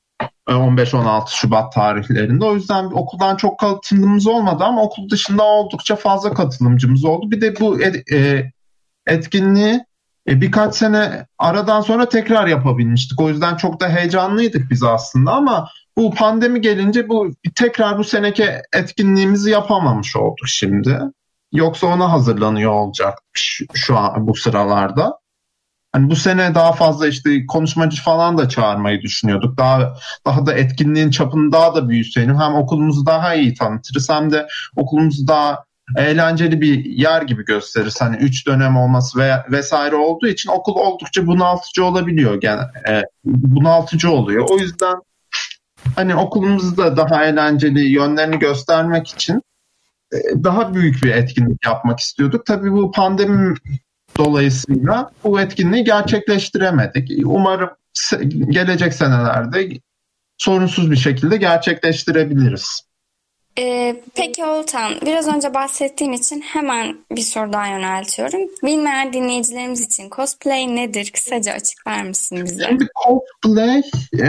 15-16 Şubat tarihlerinde. O yüzden okuldan çok katılımımız olmadı ama okul dışında oldukça fazla katılımcımız oldu. Bir de bu etkinliği birkaç sene aradan sonra tekrar yapabilmiştik. O yüzden çok da heyecanlıydık biz aslında ama bu pandemi gelince tekrar bu seneki etkinliğimizi yapamamış olduk şimdi. Yoksa ona hazırlanıyor olacak şu an bu sıralarda. Hani bu sene daha fazla işte konuşmacı falan da çağırmayı düşünüyorduk. Daha da etkinliğin çapını daha da büyütelim. Hem okulumuzu daha iyi tanıtırız, hem de okulumuzu daha eğlenceli bir yer gibi gösteririz. Hani 3 dönem olması vesaire olduğu için okul oldukça bunaltıcı olabiliyor. Bunaltıcı oluyor. O yüzden hani okulumuzu da daha eğlenceli yönlerini göstermek için daha büyük bir etkinlik yapmak istiyorduk. Tabii bu pandemi dolayısıyla bu etkinliği gerçekleştiremedik. Umarım gelecek senelerde sorunsuz bir şekilde gerçekleştirebiliriz. Peki Oltan, biraz önce bahsettiğin için hemen bir soru daha yöneltiyorum. Bilmeyen dinleyicilerimiz için cosplay nedir? Kısaca açıklar mısın bize? Şimdi cosplay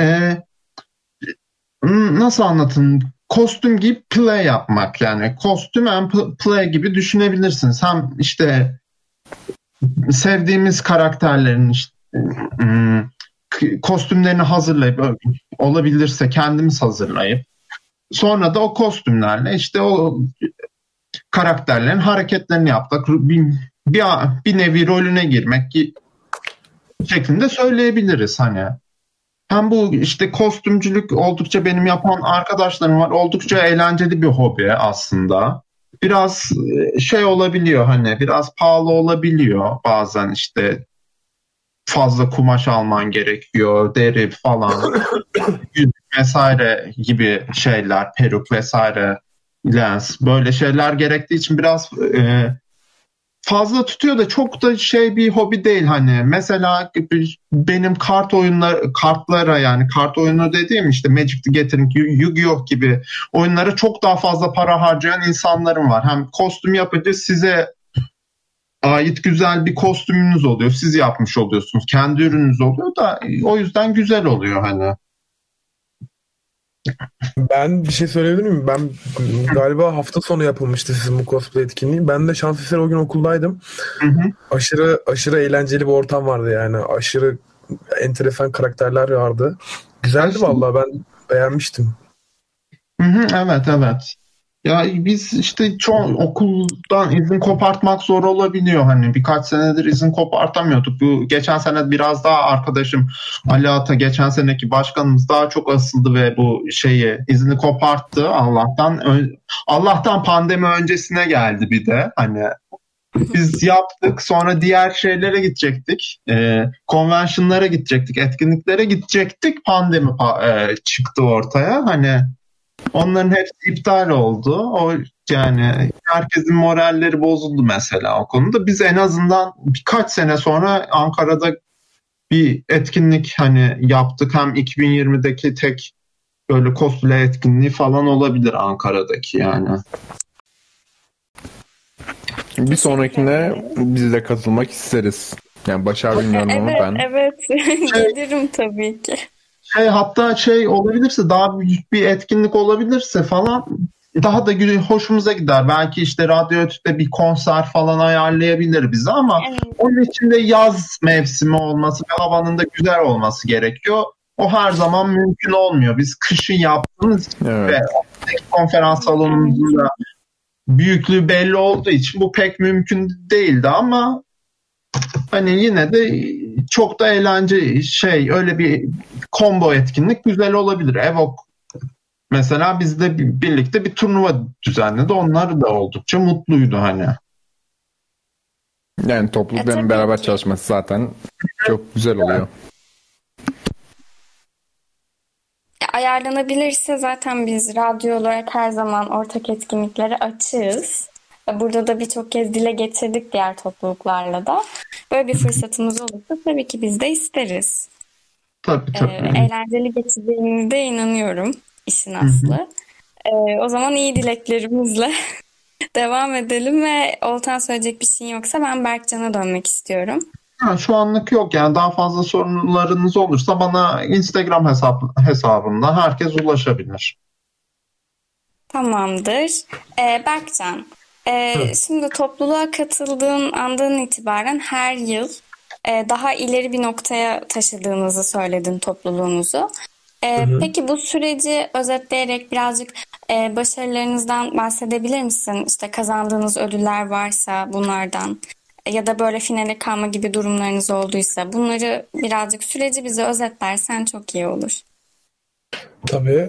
nasıl anlatın? Kostüm giyip play yapmak, yani kostüm and play gibi düşünebilirsiniz. Hem işte sevdiğimiz karakterlerin işte, kostümlerini hazırlayıp, olabilirse kendimiz hazırlayıp sonra da o kostümlerle işte o karakterlerin hareketlerini yaptık. Bir nevi rolüne girmek şeklinde söyleyebiliriz hani. Hem bu işte kostümcülük oldukça benim yapan arkadaşlarım var. Oldukça eğlenceli bir hobi aslında. Biraz şey olabiliyor, hani biraz pahalı olabiliyor bazen, işte fazla kumaş alman gerekiyor, deri falan, yüzük vesaire gibi şeyler, peruk vesaire, lens, böyle şeyler gerektiği için biraz fazla tutuyor da çok da şey bir hobi değil hani. Mesela benim kartlara, yani kart oyunu dediğim işte Magic the Gathering, Yu-Gi-Oh gibi oyunlara çok daha fazla para harcayan insanlarım var. Hem kostüm yapınca size ait güzel bir kostümünüz oluyor. Siz yapmış oluyorsunuz. Kendi ürününüz oluyor da o yüzden güzel oluyor hani. Ben bir şey söyleyebilir miyim? Ben galiba hafta sonu yapılmıştı sizin bu cosplay etkinliği. Ben de şans eseri o gün okuldaydım. Hı hı. Aşırı eğlenceli bir ortam vardı yani. Aşırı enteresan karakterler vardı. Güzeldi vallahi, ben beğenmiştim. Hı hı, evet evet. Ya biz işte çoğu okuldan izin kopartmak zor olabiliyor hani, birkaç senedir izin kopartamıyorduk. Bu geçen sene biraz daha arkadaşım Ali Ata, geçen seneki başkanımız, daha çok asıldı ve bu izni koparttı Allah'tan. Allah'tan pandemi öncesine geldi bir de hani. Biz yaptık, sonra diğer şeylere gidecektik. Konvensiyonlara gidecektik, etkinliklere gidecektik. Pandemi çıktı ortaya. Hani onların hepsi iptal oldu. O yani herkesin moralleri bozuldu mesela o konuda. Biz en azından birkaç sene sonra Ankara'da bir etkinlik hani yaptık. Hem 2020'deki tek böyle cosplay etkinliği falan olabilir Ankara'daki yani. Bir sonrakine biz de katılmak isteriz. Yani Başar bilmiyorum ama Evet, ben. evet. Gelirim tabii ki. Hatta olabilirse, daha büyük bir etkinlik olabilirse falan daha da hoşumuza gider. Belki işte Radyo Ötü'de bir konser falan ayarlayabilir bize ama Evet. onun için de yaz mevsimi olması ve havanın da güzel olması gerekiyor. O her zaman mümkün olmuyor. Biz kışın yaptığımız için ve Evet. konferans salonumuzun da büyüklüğü belli olduğu için bu pek mümkün değildi ama hani yine de çok da eğlence öyle bir combo etkinlik güzel olabilir. Evok mesela bizde birlikte bir turnuva düzenledi. Onlar da oldukça mutluydu hani. Yani toplulukların Tabii beraber ki. çalışması zaten çok güzel oluyor. Ayarlanabilirse zaten biz radyo olarak her zaman ortak etkinliklere açığız. Burada da birçok kez dile getirdik diğer topluluklarla da. Böyle bir fırsatımız olursa tabii ki biz de isteriz. Tabii tabii. Eğlenceli geçeceğine de inanıyorum işin Hı hı. aslı. O zaman iyi dileklerimizle devam edelim ve Oltan söyleyecek bir şey yoksa ben Berkcan'a dönmek istiyorum. Şu anlık yok, yani daha fazla sorunlarınız olursa bana Instagram hesabımda herkes ulaşabilir. Tamamdır. Berkcan, şimdi topluluğa katıldığın andan itibaren her yıl daha ileri bir noktaya taşıdığınızı söyledin topluluğunuzu. Peki bu süreci özetleyerek birazcık başarılarınızdan bahsedebilir misin? İşte kazandığınız ödüller varsa bunlardan ya da böyle finale kalma gibi durumlarınız olduysa bunları birazcık, süreci bize özetlersen çok iyi olur. Tabii.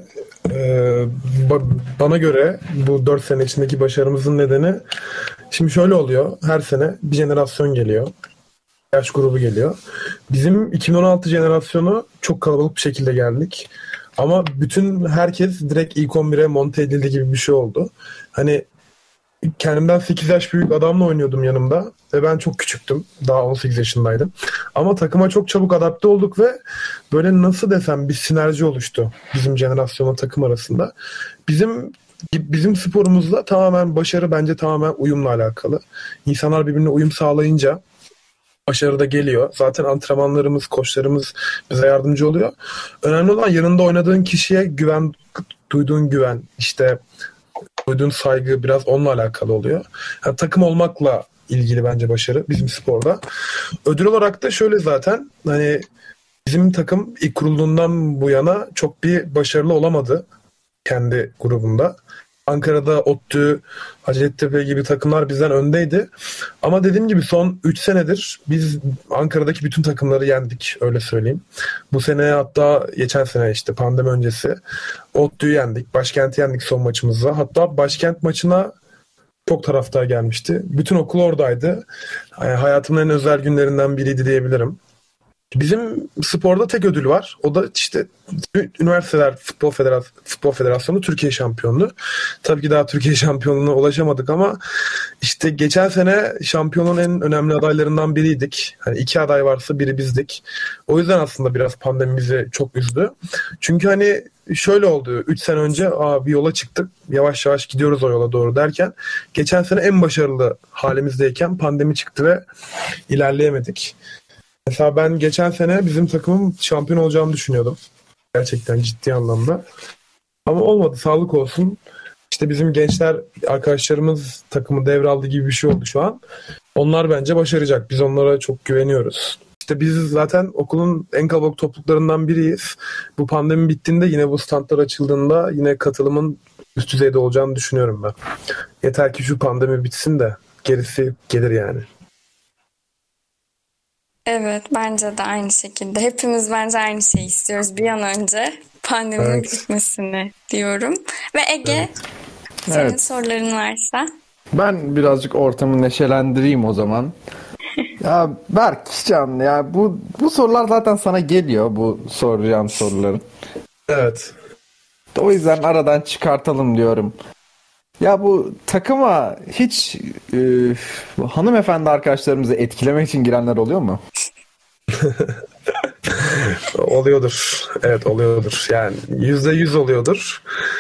Bana göre bu 4 sene içindeki başarımızın nedeni, şimdi şöyle oluyor. Her sene bir jenerasyon geliyor. Yaş grubu geliyor. Bizim 2016 jenerasyonu çok kalabalık bir şekilde geldik. Ama bütün herkes direkt ilk 11'e monte edildi gibi bir şey oldu. Hani kendimden 8 yaş büyük adamla oynuyordum yanımda ve ben çok küçüktüm. Daha 18 yaşındaydım. Ama takıma çok çabuk adapte olduk ve böyle nasıl desem bir sinerji oluştu bizim jenerasyonla takım arasında. Bizim bizim sporumuzda tamamen başarı bence tamamen uyumla alakalı. İnsanlar birbirine uyum sağlayınca başarı da geliyor. Zaten antrenmanlarımız, koçlarımız bize yardımcı oluyor. Önemli olan yanında oynadığın kişiye duyduğun güven, işte duyduğun saygı biraz onunla alakalı oluyor. Yani takım olmakla ilgili bence başarı bizim sporda. Ödül olarak da şöyle zaten hani bizim takım ilk kurulduğundan bu yana çok bir başarılı olamadı kendi grubunda. Ankara'da ODTÜ, Hacettepe gibi takımlar bizden öndeydi. Ama dediğim gibi son 3 senedir biz Ankara'daki bütün takımları yendik, öyle söyleyeyim. Bu sene, hatta geçen sene işte pandemi öncesi ODTÜ'yü yendik, Başkent'i yendik son maçımızda. Hatta Başkent maçına çok taraftar gelmişti. Bütün okul oradaydı. Yani hayatımın en özel günlerinden biriydi diyebilirim. Bizim sporda tek ödül var. O da işte Üniversiteler Futbol Federasyonu Türkiye şampiyonluğu. Tabii ki daha Türkiye şampiyonluğuna ulaşamadık ama işte geçen sene şampiyonun en önemli adaylarından biriydik. Hani 2 aday varsa biri bizdik. O yüzden aslında biraz pandemi bizi çok üzdü. Çünkü hani şöyle oldu. 3 sene önce bir yola çıktık. Yavaş yavaş gidiyoruz o yola doğru derken geçen sene en başarılı halimizdeyken pandemi çıktı ve ilerleyemedik. Mesela ben geçen sene bizim takımın şampiyon olacağını düşünüyordum. Gerçekten ciddi anlamda. Ama olmadı, sağlık olsun. İşte bizim gençler arkadaşlarımız takımı devraldı gibi bir şey oldu şu an. Onlar bence başaracak. Biz onlara çok güveniyoruz. İşte biz zaten okulun en kalabalık topluluklarından biriyiz. Bu pandemi bittiğinde yine bu standlar açıldığında yine katılımın üst düzeyde olacağını düşünüyorum ben. Yeter ki şu pandemi bitsin de gerisi gelir yani. Evet, bence de aynı şekilde. Hepimiz bence aynı şeyi istiyoruz bir an önce pandeminin Evet. bitmesini diyorum. Ve Ege, senin Evet. soruların varsa. Ben birazcık ortamı neşelendireyim o zaman. Ya Berkcan, ya bu sorular zaten sana geliyor, bu soracağım soruların. Evet. O yüzden aradan çıkartalım diyorum. Ya bu takıma hiç hanımefendi arkadaşlarımızı etkilemek için girenler oluyor mu? Oluyordur. Evet, oluyordur. Yani %100 oluyordur.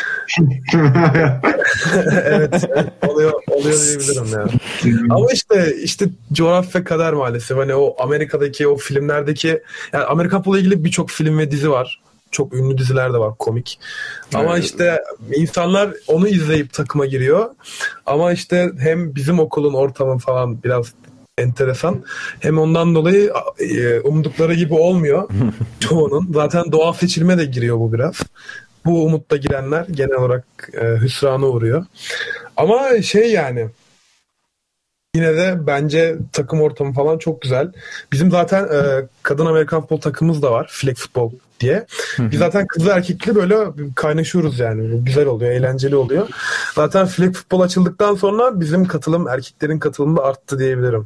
Evet, oluyor diyebilirim yani. Ama işte coğrafya ve kader maalesef. Hani o Amerika'daki o filmlerdeki, yani Amerika ile ilgili birçok film ve dizi var. Çok ünlü diziler de var, komik. Ama Evet. işte insanlar onu izleyip takıma giriyor. Ama işte hem bizim okulun ortamı falan biraz enteresan. Hem ondan dolayı umdukları gibi olmuyor çoğunun. Zaten doğal seçilme de giriyor bu biraz. Bu umutla girenler genel olarak hüsrana uğruyor. Ama yani yine de bence takım ortamı falan çok güzel. Bizim zaten kadın Amerikan futbol takımımız da var. Flag futbol diye. Biz zaten kızlı erkekli böyle kaynaşıyoruz yani. Güzel oluyor, eğlenceli oluyor. Zaten flag futbol açıldıktan sonra bizim erkeklerin katılımı da arttı diyebilirim.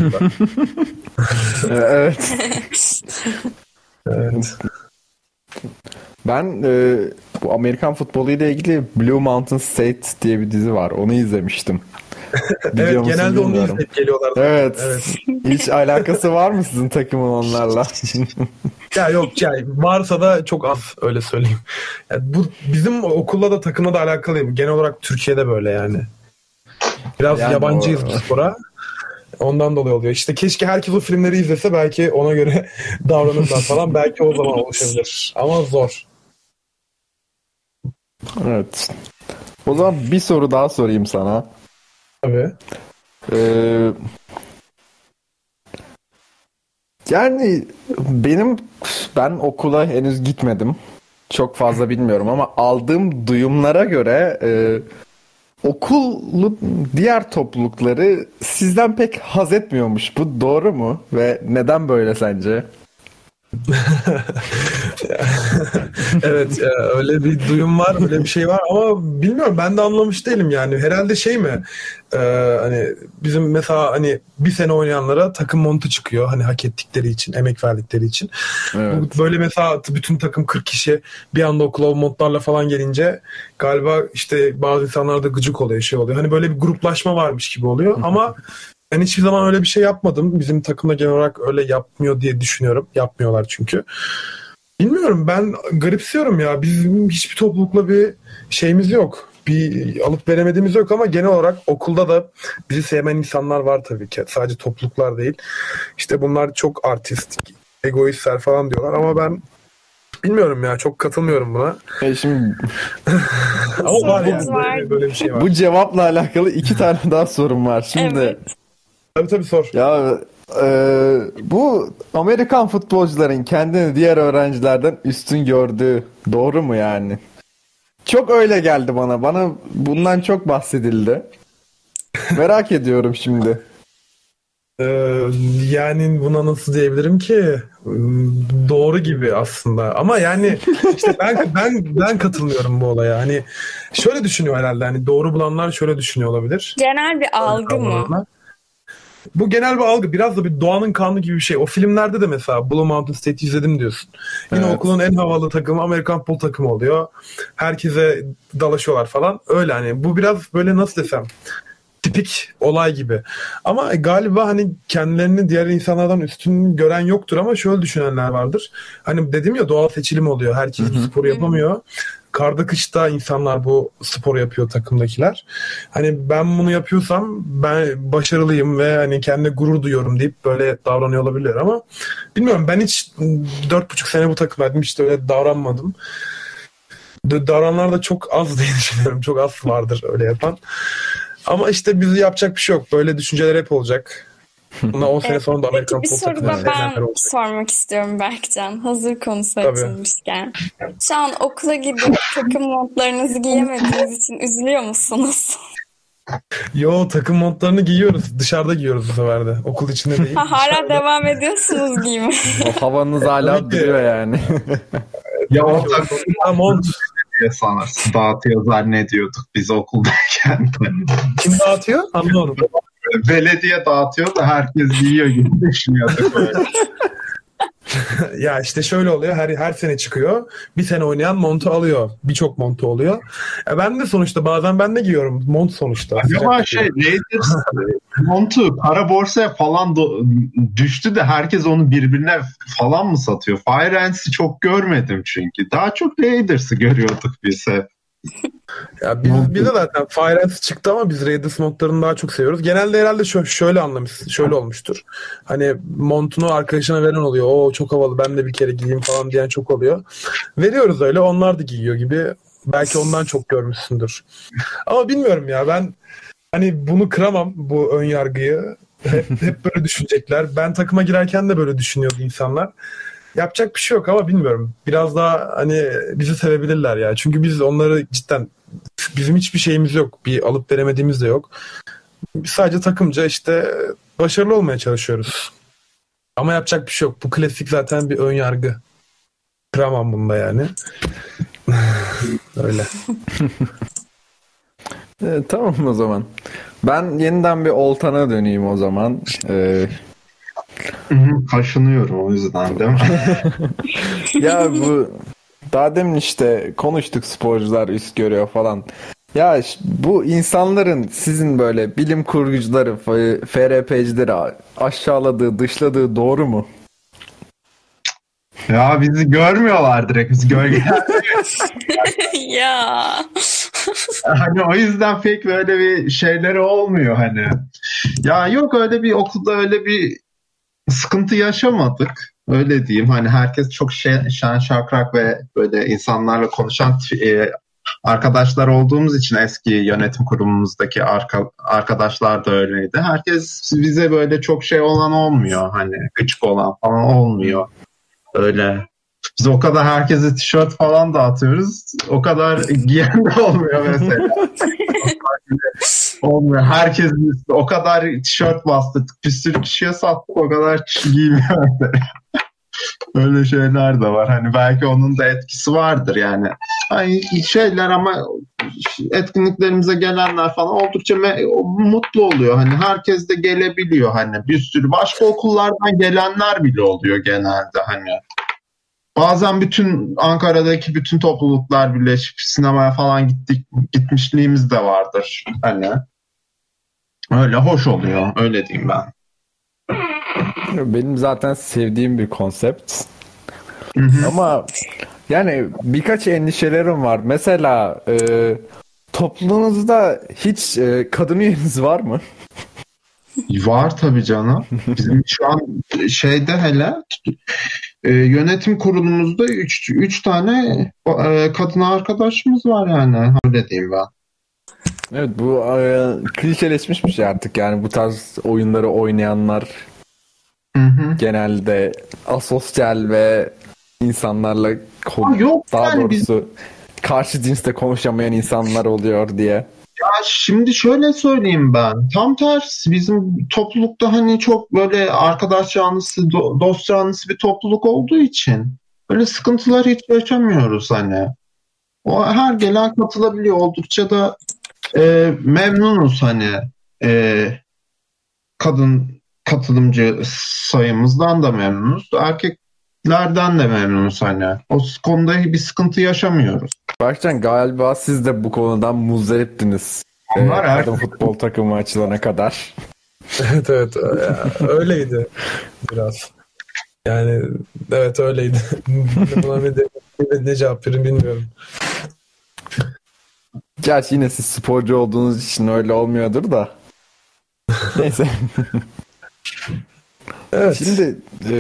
Evet. Evet. Ben bu Amerikan futbolu ile ilgili Blue Mountain State diye bir dizi var. Onu izlemiştim. Biliyor Evet, musun genelde onu bilmiyorum. izleyip geliyorlar. Evet. Evet. Hiç alakası var mı sizin takımın onlarla? Ya yok, yani varsa da çok az, öyle söyleyeyim. Yani bu bizim okulla da takımla da alakalı değil. Genel olarak Türkiye'de böyle yani. Biraz Yani yabancıyız bu spora. Ondan dolayı oluyor. İşte keşke herkes o filmleri izlese, belki ona göre davranırlar falan. Belki o zaman oluşabilir. Ama zor. Evet. O zaman bir soru daha sorayım sana. Tabii. Ee, yani ben okula henüz gitmedim. Çok fazla bilmiyorum ama aldığım duyumlara göre okulun diğer toplulukları sizden pek haz etmiyormuş. Bu doğru mu? Ve neden böyle sence? Evet, öyle bir duyum var, öyle bir şey var ama bilmiyorum, ben de anlamış değilim yani. Herhalde mi, hani bizim mesela hani bir sene oynayanlara takım montu çıkıyor, hani hak ettikleri için, emek verdikleri için. Evet. Bu böyle mesela bütün takım 40 kişi bir anda okula montlarla falan gelince galiba işte bazı insanlar da gıcık oluyor, oluyor. Hani böyle bir gruplaşma varmış gibi oluyor ama ben hiçbir zaman öyle bir şey yapmadım. Bizim takımda genel olarak öyle yapmıyor diye düşünüyorum. Yapmıyorlar çünkü. Bilmiyorum, ben garipsiyorum ya. Bizim hiçbir toplulukla bir şeyimiz yok. bir alıp veremediğimiz yok ama genel olarak okulda da bizi sevmeyen insanlar var tabii ki. Sadece topluluklar değil. İşte bunlar çok artist, egoistler falan diyorlar ama ben bilmiyorum ya, çok katılmıyorum buna. Şimdi Ama var yani Sorumuz böyle bir şey var. bu cevapla alakalı 2 tane daha sorum var. Şimdi Evet. Tabii sor. ya bu Amerikan futbolcuların kendini diğer öğrencilerden üstün gördüğü doğru mu yani? Çok öyle geldi bana. Bana bundan çok bahsedildi. Merak ediyorum şimdi. Yani buna nasıl diyebilirim ki? Doğru gibi aslında. Ama yani işte ben katılmıyorum bu olaya. Hani şöyle düşünüyor herhalde. Hani doğru bulanlar şöyle düşünüyor olabilir. Genel bir algı mı? Bu genel bir algı. Biraz da bir doğanın kanunu gibi bir şey. O filmlerde de mesela Blue Mountain State izledim diyorsun. Yine Evet. okulun en havalı takımı Amerikan futbol takımı oluyor. Herkese dalaşıyorlar falan. Öyle hani. Bu biraz böyle nasıl desem, tipik olay gibi. Ama galiba hani kendilerini diğer insanlardan üstün gören yoktur ama şöyle düşünenler vardır. Hani dedim ya, doğal seçilim oluyor. Herkes bu sporu yapamıyor. Karda kışta insanlar bu sporu yapıyor, takımdakiler. Hani ben bunu yapıyorsam ben başarılıyım ve hani kendi gurur duyuyorum deyip böyle davranıyor olabilir ama bilmiyorum, ben hiç 4,5 sene bu takımdaydım, hiç de öyle davranmadım. Davrananlar da çok az diye düşünüyorum. Çok az vardır öyle yapan. Ama işte bizi yapacak bir şey yok. Böyle düşünceler hep olacak. Buna 10 sene sonra da Amerikan Peki bir futbol soru takımı da sevenler ben olacak. sormak istiyorum Berkcan. Hazır konusu Tabii. açılmışken. Şu an okula gidip takım montlarınızı giyemediğiniz için üzülüyor musunuz? Yo, takım montlarını giyiyoruz. Dışarıda giyiyoruz bu sefer de. Okul içinde değil. Ha, hala dışarıda. devam ediyorsunuz giyime. O havanız hala Tabii ki. duruyor yani. Ya o Tabii ki tabii o mont. diye sanırsın. Dağıtıyor zannediyorduk biz okuldayken. Kim dağıtıyor? Anlamadım. Belediye dağıtıyor da herkes giyiyor gibi düşünüyorduk böyle. Ya işte şöyle oluyor. Her sene çıkıyor. Bir sene oynayan montu alıyor. Birçok montu oluyor. Ben de sonuçta bazen ben de giyiyorum. Mont sonuçta. Acaba Sıcak Raiders montu kara borsaya falan düştü de herkes onu birbirine falan mı satıyor? Fire Ants'i çok görmedim çünkü. Daha çok Raiders'ı görüyorduk biz hep. Ya biz de zaten Fire Ants çıktı ama biz Raiders montlarını daha çok seviyoruz. Genelde herhalde şöyle olmuştur. Hani montunu arkadaşına veren oluyor. O çok havalı, ben de bir kere giyeyim falan diyen çok oluyor. Veriyoruz öyle, onlar da giyiyor gibi. Belki ondan çok görmüşsündür. Ama bilmiyorum ya, ben hani bunu kıramam, bu ön yargıyı. Hep böyle düşünecekler. Ben takıma girerken de böyle düşünüyordu insanlar. Yapacak bir şey yok ama bilmiyorum. Biraz daha hani bizi sevebilirler ya. Çünkü biz onları cidden, bizim hiçbir şeyimiz yok. Bir alıp veremediğimiz de yok. Biz sadece takımca işte başarılı olmaya çalışıyoruz. Ama yapacak bir şey yok. Bu klasik zaten bir ön yargı. Kıramam bunda yani. Öyle. Tamam o zaman. Ben yeniden bir Oltan'a döneyim o zaman. Kaşınıyorum o yüzden değil mi? Ya bu daha demin işte konuştuk, sporcular üst görüyor falan. Ya bu insanların sizin böyle bilim kurgucuları, FRP'cileri aşağıladığı, dışladığı doğru mu? Ya bizi görmüyorlar direkt. Biz gölgeler. Ya. Hani o yüzden pek böyle bir şeyleri olmuyor hani. Ya yok, öyle bir okulda öyle bir sıkıntı yaşamadık. Öyle diyeyim. Hani herkes çok şen şakrak ve böyle insanlarla konuşan arkadaşlar olduğumuz için eski yönetim kurumumuzdaki arkadaşlar da öyleydi. Herkes bize böyle çok şey olan olmuyor. Hani gıcık olan falan olmuyor. Öyle. Biz o kadar herkese tişört falan dağıtıyoruz. O kadar giyen de olmuyor mesela. Olmuyor. Herkes o kadar tişört bastırdık. Bir sürü kişiye sattık. O kadar kişi giymiyor. Öyle şeyler de var. Hani belki onun da etkisi vardır yani. Hani şeyler ama etkinliklerimize gelenler falan oldukça mutlu oluyor. Hani herkes de gelebiliyor. Hani bir sürü başka okullardan gelenler bile oluyor genelde hani. Bazen bütün Ankara'daki bütün topluluklar birleşip sinemaya falan gitmişliğimiz de vardır. Hani öyle hoş oluyor. Öyle diyeyim ben. Benim zaten sevdiğim bir konsept. Hı hı. Ama yani birkaç endişelerim var. Mesela topluluğunuzda hiç kadın üyeniz var mı? Var tabii canım. Bizim şu an şeyde hele yönetim kurulumuzda üç tane kadın arkadaşımız var yani. Öyle diyeyim ben. Evet, bu klişeleşmiş bir şey artık, yani bu tarz oyunları oynayanlar Hı hı. genelde asosyal ve insanlarla Yok daha yani biz doğrusu karşı cinsle konuşamayan insanlar oluyor diye. ya şimdi şöyle söyleyeyim ben. Tam tersi bizim toplulukta hani çok böyle arkadaş canlısı, dost canlısı bir topluluk olduğu için böyle sıkıntılar hiç yaşamıyoruz hani. O her gelen katılabiliyor. Oldukça da memnunuz hani e, kadın katılımcı sayımızdan da memnunuz. Erkeklerden de memnunuz hani. O konuda bir sıkıntı yaşamıyoruz. Berkcan, galiba siz de bu konudan muzdariptiniz. Onlar Kadın futbol takımı açılana kadar. Evet evet öyleydi biraz. Yani evet öyleydi. Buna ne cevap verin bilmiyorum. Gerçi yine siz sporcu olduğunuz için öyle olmuyordur da. Neyse. Evet. Şimdi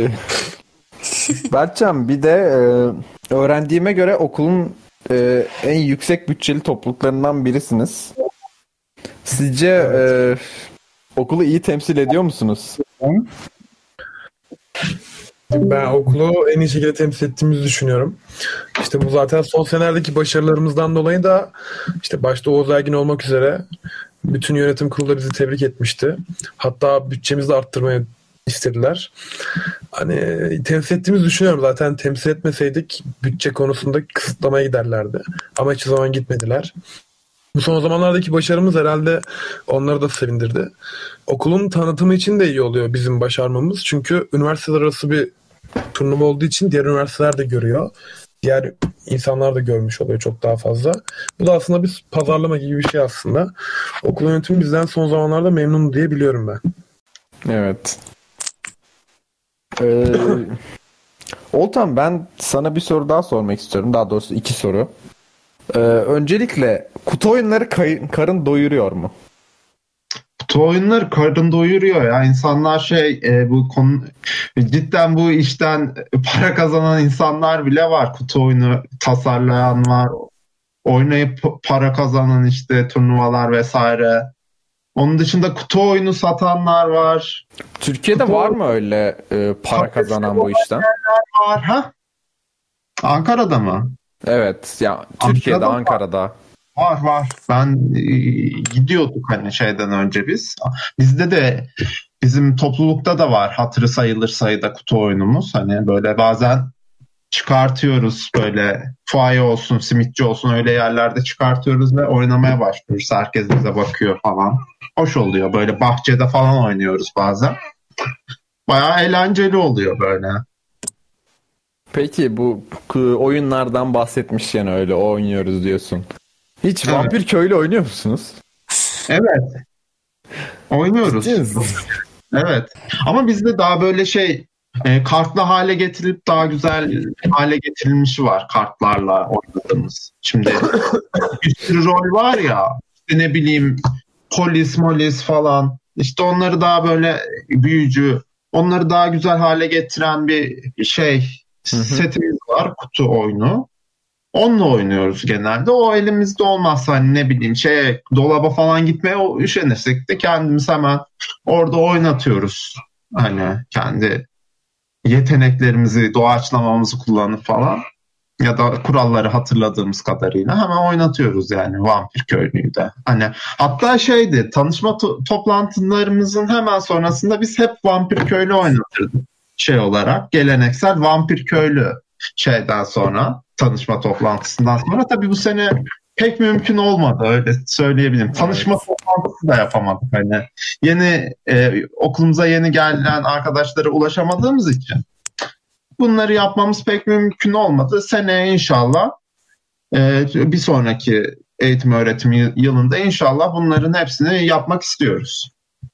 Berkcan, bir de öğrendiğime göre okulun en yüksek bütçeli topluluklarından birisiniz. Sizce okulu iyi temsil ediyor musunuz? Ben okulu en iyi şekilde temsil ettiğimizi düşünüyorum. İşte bu zaten son senelerdeki başarılarımızdan dolayı da işte başta Oğuz Ergin olmak üzere bütün yönetim kurulu bizi tebrik etmişti. Hatta bütçemizi de arttırmayı istediler. Hani temsil ettiğimizi düşünüyorum. Zaten temsil etmeseydik bütçe konusunda kısıtlamaya giderlerdi. Ama hiçbir zaman gitmediler. Bu son zamanlardaki başarımız herhalde onları da sevindirdi. Okulun tanıtımı için de iyi oluyor bizim başarmamız. Çünkü üniversiteler arası bir turnuva olduğu için diğer üniversiteler de görüyor. Diğer insanlar da görmüş oluyor çok daha fazla. Bu da aslında bir pazarlama gibi bir şey aslında. Okul yönetimi bizden son zamanlarda memnun diye biliyorum ben. Evet. Oltan, ben sana bir soru daha sormak istiyorum. Daha doğrusu iki soru. Öncelikle kutu oyunları karın doyuruyor mu? Kutu oyunları karın doyuruyor ya. İnsanlar bu konu cidden bu işten para kazanan insanlar bile var. Kutu oyunu tasarlayan var. Oynayıp para kazanan işte turnuvalar vesaire. Onun dışında kutu oyunu satanlar var. Türkiye'de Kutu var mı öyle para kazanan bu işten? var ha? Ankara'da mı? Evet, ya Türkiye'de, Ankara'da. Var. Ben gidiyorduk hani şeyden önce biz. Bizde de bizim toplulukta da var hatırı sayılır sayıda kutu oyunumuz. Hani böyle bazen çıkartıyoruz böyle fuaye olsun, simitçi olsun öyle yerlerde çıkartıyoruz ve oynamaya başlıyoruz. Herkes bize bakıyor falan. Hoş oluyor. Böyle bahçede falan oynuyoruz bazen. Bayağı eğlenceli oluyor böyle. Peki bu oyunlardan bahsetmişken öyle oynuyoruz diyorsun. Hiç Evet. Vampir Köylü oynuyor musunuz? Evet. Oynuyoruz. Ciddi misin? Evet. Ama bizde daha böyle kartlı hale getirilip daha güzel hale getirilmişi var kartlarla oynadığımız. Şimdi bir sürü rol var ya işte ne bileyim polis molis falan işte onları daha böyle büyücü onları daha güzel hale getiren bir setimiz var kutu oyunu. Onunla oynuyoruz genelde. O elimizde olmazsa hani ne bileyim dolaba falan gitmeye üşenirsek de kendimiz hemen orada oynatıyoruz. Hani kendi yeteneklerimizi, doğaçlamamızı kullanıp falan ya da kuralları hatırladığımız kadarıyla hemen oynatıyoruz yani Vampir Köylü'yü de. Hani hatta tanışma toplantılarımızın hemen sonrasında biz hep Vampir Köylü oynatırdık olarak geleneksel Vampir Köylü sonra tanışma toplantısından sonra tabii bu sene pek mümkün olmadı öyle söyleyebilirim. Tanışma toplantısı da yapamadık hani yeni okulumuza yeni gelen arkadaşlara ulaşamadığımız için bunları yapmamız pek mümkün olmadı. Seneye inşallah bir sonraki eğitim öğretim yılında inşallah bunların hepsini yapmak istiyoruz.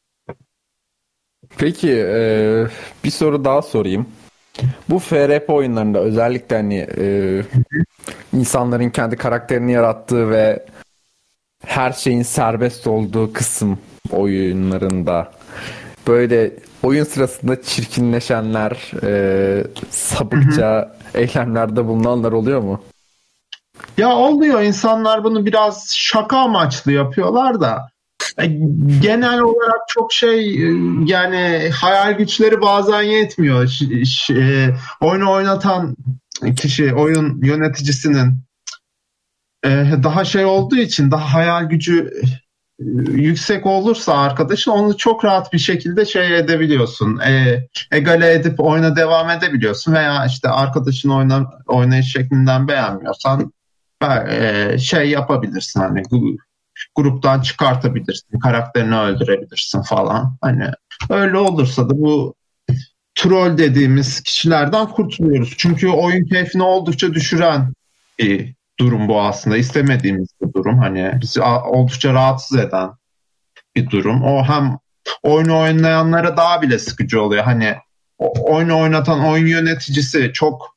Peki bir soru daha sorayım. Bu FRP oyunlarında özellikle hani insanların kendi karakterini yarattığı ve her şeyin serbest olduğu kısım oyunlarında böyle oyun sırasında çirkinleşenler, sapıkça eylemlerde bulunanlar oluyor mu? Ya oluyor, insanlar bunu biraz şaka amaçlı yapıyorlar da e, genel olarak çok yani hayal güçleri bazen yetmiyor. Oyunu oynatan kişi, oyun yöneticisinin daha olduğu için, daha hayal gücü yüksek olursa arkadaşın, onu çok rahat bir şekilde edebiliyorsun. Egale edip oyuna devam edebiliyorsun veya işte arkadaşın oynayış şeklinden beğenmiyorsan yapabilirsin, hani gruptan çıkartabilirsin, karakterini öldürebilirsin falan. Hani öyle olursa da bu troll dediğimiz kişilerden kurtuluyoruz. Çünkü oyun keyfini oldukça düşüren bir durum bu aslında. İstemediğimiz bir durum. Hani bizi oldukça rahatsız eden bir durum. O hem oyunu oynayanlara daha bile sıkıcı oluyor. Hani oyunu oynatan oyun yöneticisi çok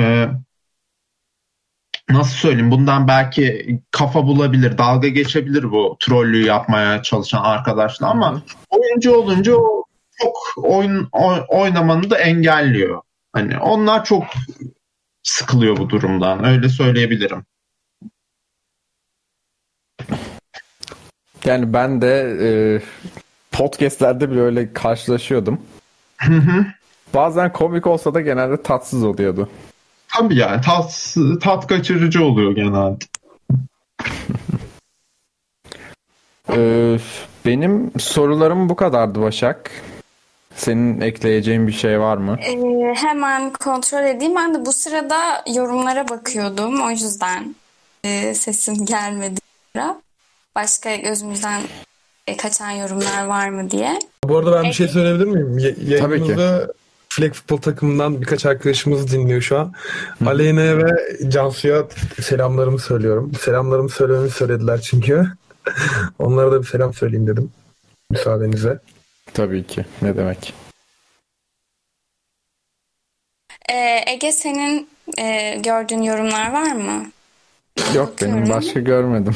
nasıl söyleyeyim, bundan belki kafa bulabilir, dalga geçebilir bu trollüğü yapmaya çalışan arkadaşlar, ama oyuncu olunca o çok oynamanı da engelliyor. Hani onlar çok sıkılıyor bu durumdan, öyle söyleyebilirim. Yani ben de podcastlerde bile öyle karşılaşıyordum. Bazen komik olsa da genelde tatsız oluyordu. Tabii yani tat kaçırıcı oluyor genelde. Benim sorularım bu kadardı Başak. Senin ekleyeceğin bir şey var mı? Hemen kontrol edeyim. Ben de bu sırada yorumlara bakıyordum. O yüzden sesim gelmedi. Başka gözümüzden kaçan yorumlar var mı diye. Bu arada ben bir şey söyleyebilir miyim? Tabii ki. Yayınımızda Flag Futbol takımından birkaç arkadaşımız dinliyor şu an. Aleyna'ya ve Cansu'ya selamlarımı söylüyorum. Selamlarımı söylememi söylediler çünkü. Onlara da bir selam söyleyeyim dedim. Müsaadenizle. Tabii ki. Ne demek? Ege, senin gördüğün yorumlar var mı? Yok, benim başka görmedim.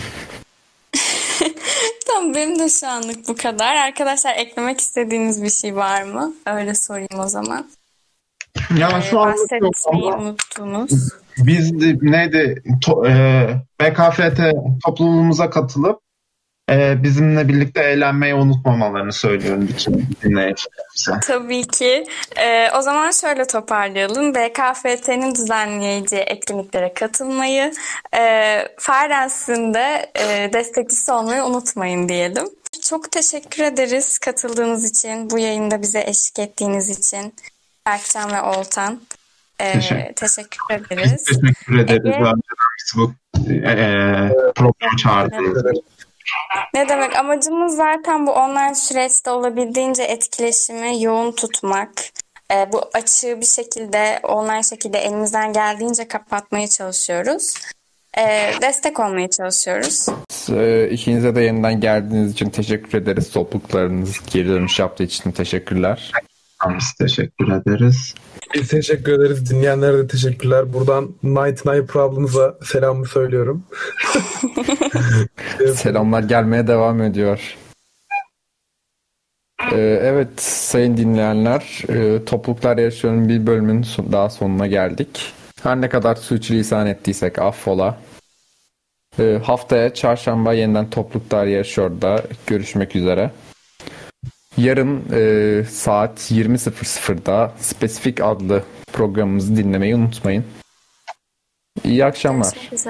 Tamam, benim de şu anlık bu kadar. Arkadaşlar, eklemek istediğiniz bir şey var mı? Öyle sorayım o zaman. Ya şu an Bahsetmeyi unuttunuz. biz BKFT topluluğumuza katılıp bizimle birlikte eğlenmeyi unutmamalarını söylüyorum bütün dinleyicilerimize. Tabii ki. O zaman şöyle toparlayalım. BKFT'nin düzenleyici etkinliklere katılmayı, Farens'in de destekçisi olmayı unutmayın diyelim. Çok teşekkür ederiz katıldığınız için, bu yayında bize eşlik ettiğiniz için. Berkcan ve Oltan. Teşekkür ederiz. Teşekkür ederiz. Önceden bizi bu programa çağırdınız. Ne demek, amacımız zaten bu online süreçte olabildiğince etkileşimi yoğun tutmak. Bu açığı bir şekilde, online şekilde elimizden geldiğince kapatmaya çalışıyoruz. Destek olmaya çalışıyoruz. İkinize de yeniden geldiğiniz için teşekkür ederiz. Topluluklarınız geri dönüş yaptığı için teşekkürler. Biz teşekkür ederiz. Biz teşekkür ederiz. Dinleyenlere de teşekkürler. Buradan Night Problems'a selamımı söylüyorum. Selamlar gelmeye devam ediyor. Evet sayın dinleyenler, Topluluklar Yarışıyor'nun bir bölümünün daha sonuna geldik. Her ne kadar sürçülisan ettiysek affola. Haftaya çarşamba yeniden Topluluklar Yarışıyor'da görüşmek üzere. Yarın saat 20.00'da Spesifik adlı programımızı dinlemeyi unutmayın. İyi akşamlar.